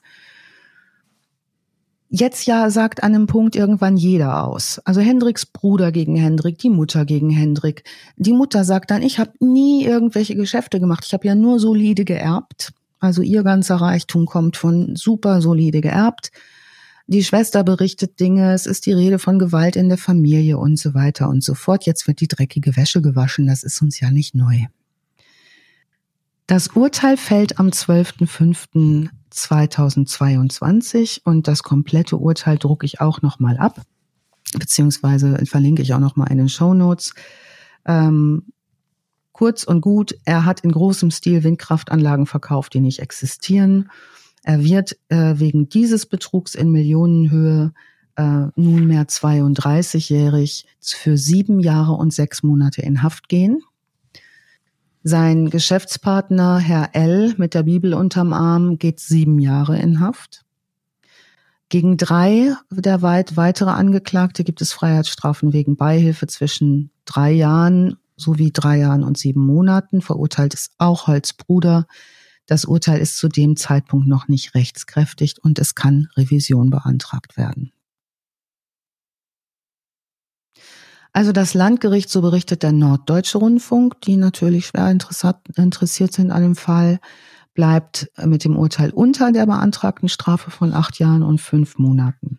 Jetzt ja sagt an einem Punkt irgendwann jeder aus. Also Hendriks Bruder gegen Hendrik, die Mutter gegen Hendrik. Die Mutter sagt dann, ich habe nie irgendwelche Geschäfte gemacht. Ich habe ja nur solide geerbt. Also ihr ganzer Reichtum kommt von super solide geerbt. Die Schwester berichtet Dinge, es ist die Rede von Gewalt in der Familie und so weiter und so fort. Jetzt wird die dreckige Wäsche gewaschen, das ist uns ja nicht neu. Das Urteil fällt am 12.05.2022 und das komplette Urteil drucke ich auch nochmal ab, beziehungsweise verlinke ich auch nochmal in den Shownotes. Kurz und gut, er hat in großem Stil Windkraftanlagen verkauft, die nicht existieren. Er wird wegen dieses Betrugs in Millionenhöhe nunmehr 32-jährig für 7 Jahre und 6 Monate in Haft gehen. Sein Geschäftspartner, Herr L., mit der Bibel unterm Arm, geht 7 Jahre in Haft. Gegen 3 der weitere Angeklagte gibt es Freiheitsstrafen wegen Beihilfe zwischen 3 Jahren sowie 3 Jahren und 7 Monaten. Verurteilt ist auch Holz Bruder. Das Urteil ist zu dem Zeitpunkt noch nicht rechtskräftig und es kann Revision beantragt werden. Also das Landgericht, so berichtet der Norddeutsche Rundfunk, die natürlich schwer interessiert sind an dem Fall, bleibt mit dem Urteil unter der beantragten Strafe von 8 Jahren und 5 Monaten.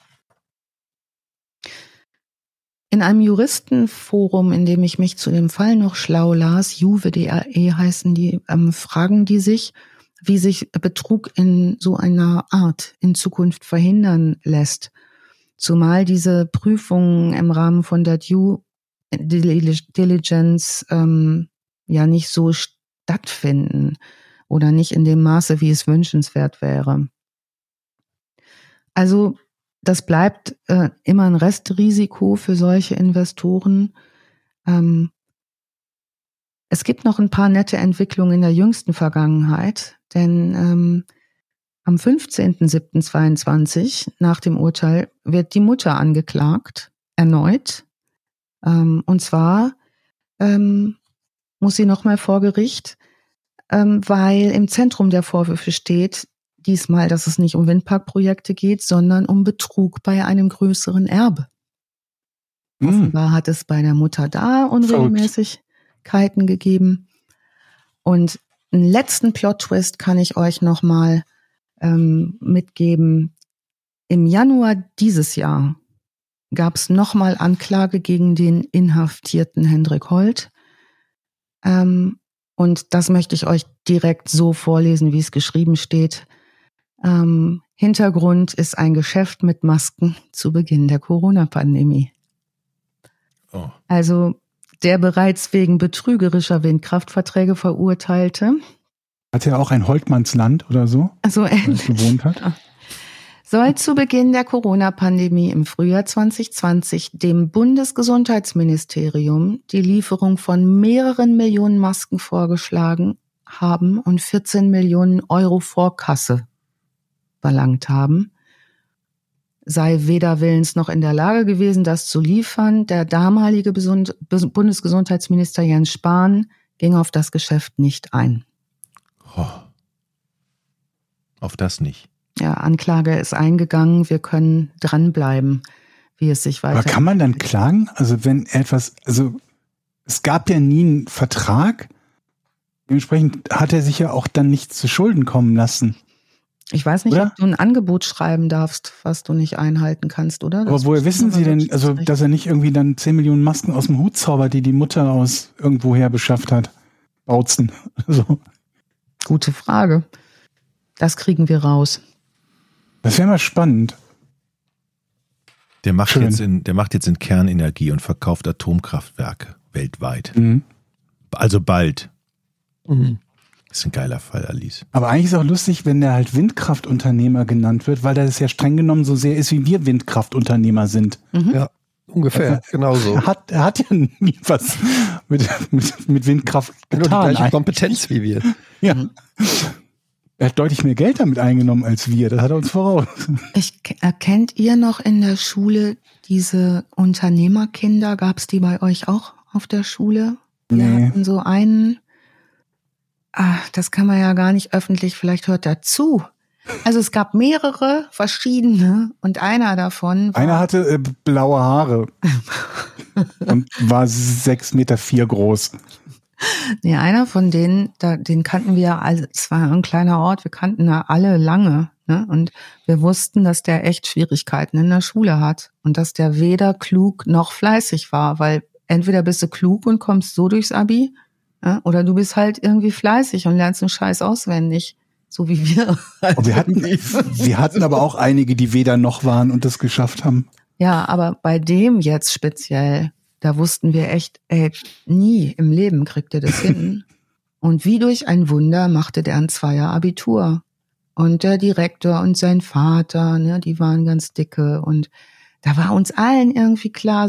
In einem Juristenforum, in dem ich mich zu dem Fall noch schlau las, juve.de heißen die, fragen die sich, wie sich Betrug in so einer Art in Zukunft verhindern lässt. Zumal diese Prüfungen im Rahmen von der Due Diligence ja nicht so stattfinden oder nicht in dem Maße, wie es wünschenswert wäre. Also das bleibt immer ein Restrisiko für solche Investoren. Es gibt noch ein paar nette Entwicklungen in der jüngsten Vergangenheit, denn am 15.07.22 nach dem Urteil wird die Mutter angeklagt, erneut. Und zwar muss sie nochmal vor Gericht, weil im Zentrum der Vorwürfe steht, diesmal, dass es nicht um Windparkprojekte geht, sondern um Betrug bei einem größeren Erbe. Offenbar hat es bei der Mutter da Unregelmäßigkeiten gegeben. Und einen letzten Plot-Twist kann ich euch nochmal mitgeben. Im Januar dieses Jahr gab es nochmal Anklage gegen den inhaftierten Hendrik Holt. Und das möchte ich euch direkt so vorlesen, wie es geschrieben steht. Hintergrund ist ein Geschäft mit Masken zu Beginn der Corona-Pandemie. Oh. Also der bereits wegen betrügerischer Windkraftverträge verurteilte. Hat er auch ein Holtmannsland oder so, also wo er gewohnt hat? soll zu Beginn der Corona-Pandemie im Frühjahr 2020 dem Bundesgesundheitsministerium die Lieferung von mehreren Millionen Masken vorgeschlagen haben und 14 Millionen Euro Vorkasse verlangt haben, sei weder willens noch in der Lage gewesen, das zu liefern. Der damalige Bundesgesundheitsminister Jens Spahn ging auf das Geschäft nicht ein. Oh. Auf das nicht. Ja, Anklage ist eingegangen. Wir können dranbleiben, wie es sich weiter. Aber kann man dann klagen? Also wenn etwas, also es gab ja nie einen Vertrag. Dementsprechend hat er sich ja auch dann nichts zu Schulden kommen lassen. Ich weiß nicht, oder? Ob du ein Angebot schreiben darfst, was du nicht einhalten kannst, oder? Aber woher wissen Sie denn, also dass er nicht irgendwie dann 10 Millionen Masken aus dem Hut zaubert, die Mutter aus irgendwoher beschafft hat? Bautzen. So. Gute Frage. Das kriegen wir raus. Das wäre mal spannend. Der macht jetzt in Kernenergie und verkauft Atomkraftwerke weltweit. Mhm. Also bald. Mhm. Das ist ein geiler Fall, Alice. Aber eigentlich ist es auch lustig, wenn der halt Windkraftunternehmer genannt wird, weil das ja streng genommen so sehr ist, wie wir Windkraftunternehmer sind. Mhm. Ja, ungefähr, genauso. Er hat ja nie was mit Windkraft Nur getan. die gleiche Kompetenz wie wir. Ja. Er hat deutlich mehr Geld damit eingenommen als wir. Das hat er uns voraus. Erkennt ihr noch in der Schule diese Unternehmerkinder? Gab es die bei euch auch auf der Schule? Wir hatten so einen, das kann man ja gar nicht öffentlich, vielleicht hört er zu. Also es gab mehrere verschiedene und einer davon war... Einer hatte blaue Haare und war 6,4 Meter groß. Nee, einer von denen, den kannten wir, also es war ein kleiner Ort, wir kannten da alle lange, ne? Und wir wussten, dass der echt Schwierigkeiten in der Schule hat und dass der weder klug noch fleißig war, weil entweder bist du klug und kommst so durchs Abi, ja? Oder du bist halt irgendwie fleißig und lernst einen Scheiß auswendig, so wie wir. Und wir hatten aber auch einige, die weder noch waren und das geschafft haben. Ja, aber bei dem jetzt speziell, da wussten wir echt, nie im Leben kriegt er das hin. Und wie durch ein Wunder machte der ein 2er Abitur. Und der Direktor und sein Vater, ne, die waren ganz dicke. Und da war uns allen irgendwie klar,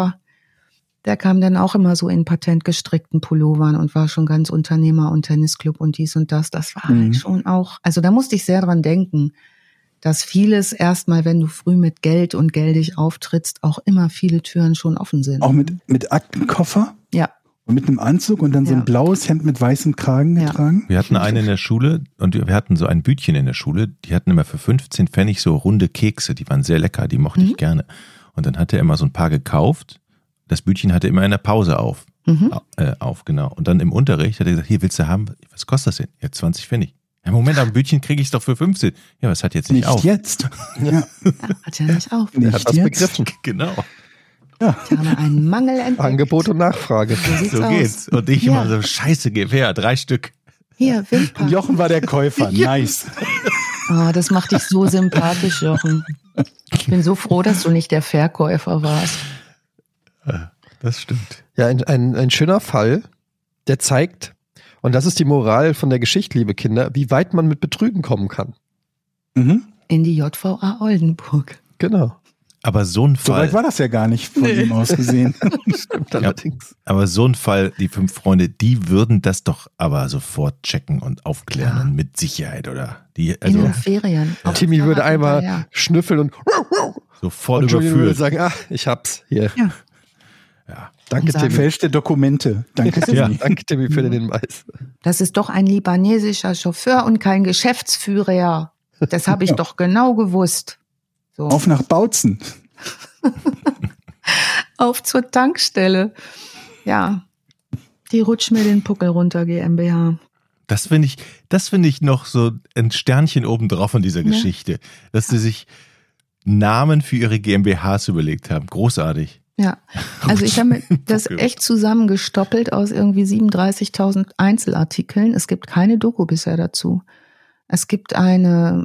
der kam dann auch immer so in patentgestrickten Pullovern und war schon ganz Unternehmer und Tennisclub und dies und das. Das war halt schon auch, also da musste ich sehr dran denken, dass vieles erstmal, wenn du früh mit Geld und geldig auftrittst, auch immer viele Türen schon offen sind. Auch mit Aktenkoffer? Ja. Und mit einem Anzug und dann so ein blaues Hemd mit weißem Kragen getragen? Wir hatten eine in der Schule und wir hatten so ein Bütchen in der Schule, die hatten immer für 15 Pfennig so runde Kekse, die waren sehr lecker, die mochte ich gerne. Und dann hat er immer so ein paar gekauft. Das Bütchen hatte immer in der Pause auf, genau. Und dann im Unterricht hat er gesagt, hier willst du haben, was kostet das denn? Ja, 20 Pfennig. Ja, Moment, am Bütchen kriege ich es doch für 15. Ja, was hat jetzt nicht auf? Nicht jetzt. Ja. Hat ja nicht auf. Der hat das begriffen. Genau. Ja. Ich habe einen Mangel entdeckt. Angebot und Nachfrage. So geht's. Und ich immer so, scheiße, gib her, 3 Stück. Hier, Wimpern. Jochen war der Käufer, nice. Oh, das macht dich so sympathisch, Jochen. Ich bin so froh, dass du nicht der Verkäufer warst. Das stimmt. Ja, ein schöner Fall, der zeigt, und das ist die Moral von der Geschichte, liebe Kinder, wie weit man mit Betrügen kommen kann. Mhm. In die JVA Oldenburg. Genau. Aber so ein So Fall. weit war das ja gar nicht von ihm aus gesehen. Stimmt allerdings. Aber so ein Fall, die 5 Freunde, die würden das doch aber sofort checken und aufklären und mit Sicherheit, oder? In den Ferien. Ja. Timmy würde einmal schnüffeln und sofort und Julian würde überführt. sagen, ich hab's hier. Ja. Danke, Timmy. Gefälschte Dokumente. Danke, Timmy. Danke, Timmy, für den Hinweis. Das ist doch ein libanesischer Chauffeur und kein Geschäftsführer. Das habe ich doch genau gewusst. So. Auf nach Bautzen. Auf zur Tankstelle. Ja, die rutscht mir den Puckel runter, GmbH. Das finde ich noch so ein Sternchen obendrauf an dieser Geschichte, dass sie sich Namen für ihre GmbHs überlegt haben. Großartig. Ja, also ich habe das echt zusammengestoppelt aus irgendwie 37.000 Einzelartikeln. Es gibt keine Doku bisher dazu. Es gibt eine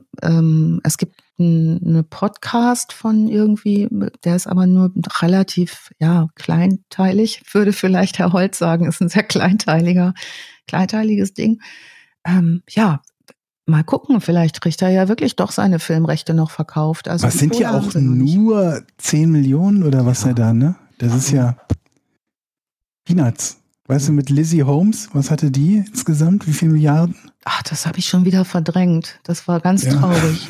Podcast von irgendwie, der ist aber nur relativ, kleinteilig, würde vielleicht Herr Holz sagen, ist ein sehr kleinteiliges Ding. Mal gucken, vielleicht kriegt er ja wirklich doch seine Filmrechte noch verkauft. Also was sind ja auch nur 10 Millionen oder was er da, ne? Das ist ja Peanuts. Weißt du, mit Lizzie Holmes, was hatte die insgesamt? Wie viele Milliarden? Ach, das habe ich schon wieder verdrängt. Das war ganz traurig.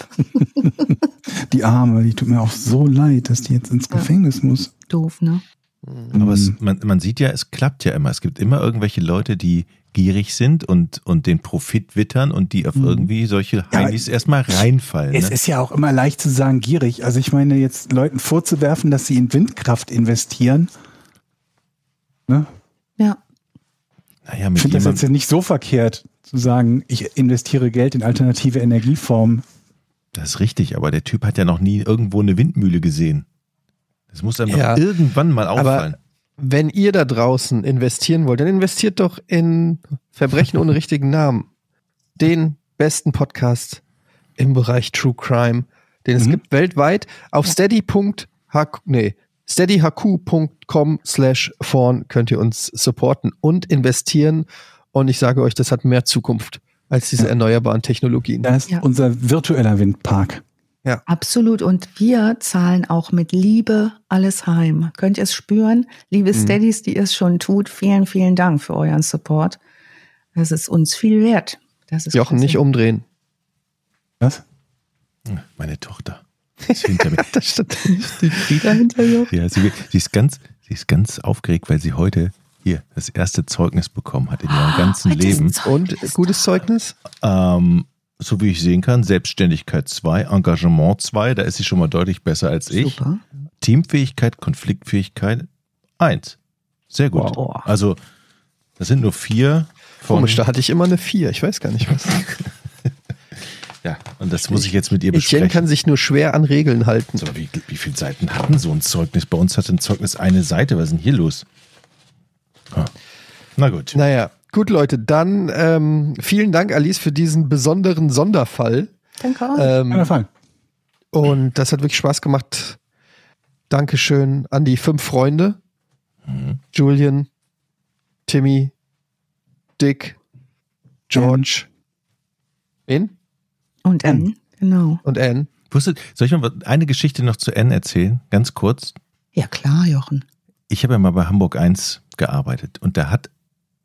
Die Arme, die tut mir auch so leid, dass die jetzt ins Gefängnis muss. Doof, ne? Aber man sieht ja, es klappt ja immer. Es gibt immer irgendwelche Leute, die gierig sind und den Profit wittern und die auf irgendwie solche Heinis erstmal reinfallen. Es ist ja auch immer leicht zu sagen, gierig. Also ich meine, jetzt Leuten vorzuwerfen, dass sie in Windkraft investieren. Ne? Ja. Naja, ich finde das jetzt nicht so verkehrt, zu sagen, ich investiere Geld in alternative Energieformen. Das ist richtig, aber der Typ hat ja noch nie irgendwo eine Windmühle gesehen. Das muss einem doch irgendwann mal auffallen. Aber wenn ihr da draußen investieren wollt, dann investiert doch in Verbrechen ohne richtigen Namen. Den besten Podcast im Bereich True Crime, den es gibt weltweit. Auf steadyhq.com/vorn könnt ihr uns supporten und investieren. Und ich sage euch, das hat mehr Zukunft als diese erneuerbaren Technologien. Das ist unser virtueller Windpark. Ja. Absolut. Und wir zahlen auch mit Liebe alles heim. Könnt ihr es spüren? Liebe Steadies, die ihr es schon tut, vielen, vielen Dank für euren Support. Das ist uns viel wert. Das ist Jochen, nicht umdrehen. Was? Meine Tochter ist hinter mir. Das stimmt. Die Frieda hinter Jochen? Ja, sie ist ganz aufgeregt, weil sie heute hier das erste Zeugnis bekommen hat in ihrem ganzen Leben. Und gutes Zeugnis? So wie ich sehen kann, Selbstständigkeit 2, Engagement 2, da ist sie schon mal deutlich besser als ich. Super. Teamfähigkeit, Konfliktfähigkeit 1. Sehr gut. Wow. Also, das sind nur 4 von... Komisch, da hatte ich immer eine 4, ich weiß gar nicht was. Ja, und das muss ich jetzt mit ihr besprechen. Etienne kann sich nur schwer an Regeln halten. So, wie viele Seiten hatten so ein Zeugnis? Bei uns hatte ein Zeugnis eine Seite. Was ist denn hier los? Na gut. Naja. Gut, Leute, dann vielen Dank, Alice, für diesen besonderen Sonderfall. Danke auch. Und das hat wirklich Spaß gemacht. Dankeschön an die 5 Freunde. Julian, Timmy, Dick, George. Wen? Und Anne, genau. Und Anne. Soll ich mal eine Geschichte noch zu Anne erzählen? Ganz kurz. Ja klar, Jochen. Ich habe ja mal bei Hamburg 1 gearbeitet und da hat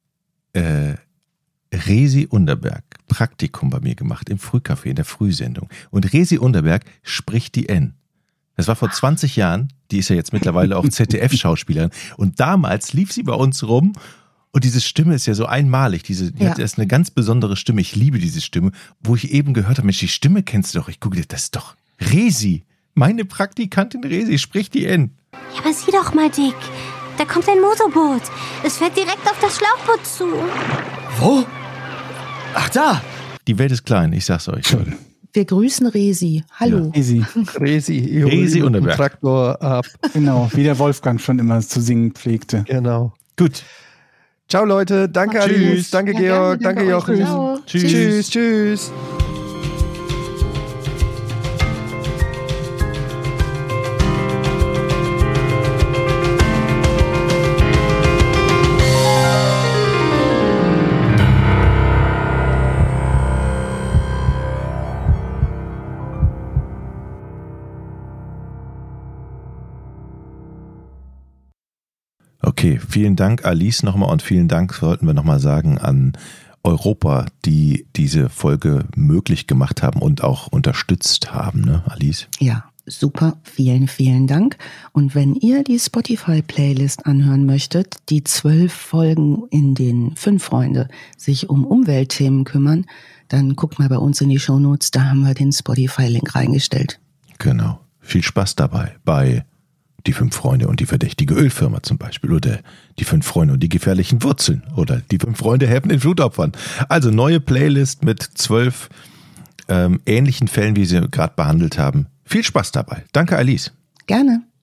Resi Unterberg Praktikum bei mir gemacht im Frühcafé, in der Frühsendung. Und Resi Unterberg spricht die N. Das war vor 20 Jahren, die ist ja jetzt mittlerweile auch ZDF-Schauspielerin. Und damals lief sie bei uns rum und diese Stimme ist ja so einmalig. Die hat erst eine ganz besondere Stimme. Ich liebe diese Stimme, wo ich eben gehört habe, Mensch, die Stimme kennst du doch. Ich gucke dir, das ist doch Resi. Meine Praktikantin Resi spricht die N. Ja, aber sieh doch mal, Dick. Da kommt ein Motorboot. Es fährt direkt auf das Schlauchboot zu. Wo? Ach da! Die Welt ist klein, ich sag's euch. Wir grüßen Resi. Hallo. Ja. Resi Unterberg. Traktor ab. Genau, wie der Wolfgang schon immer zu singen pflegte. Genau. Gut. Ciao, Leute. Danke, Alice. Danke, Georg. Danke, Jochen. Ciao. Tschüss. Tschüss. Okay, vielen Dank Alice nochmal und vielen Dank, sollten wir nochmal sagen, an Europa, die diese Folge möglich gemacht haben und auch unterstützt haben, ne, Alice? Ja, super, vielen, vielen Dank. Und wenn ihr die Spotify-Playlist anhören möchtet, die 12 Folgen, in denen 5 Freunde sich um Umweltthemen kümmern, dann guckt mal bei uns in die Shownotes, da haben wir den Spotify-Link reingestellt. Genau, viel Spaß dabei bei Die 5 Freunde und die verdächtige Ölfirma zum Beispiel oder die 5 Freunde und die gefährlichen Wurzeln oder die 5 Freunde helfen den Flutopfern. Also neue Playlist mit 12 ähnlichen Fällen, wie sie gerade behandelt haben. Viel Spaß dabei. Danke, Alice. Gerne.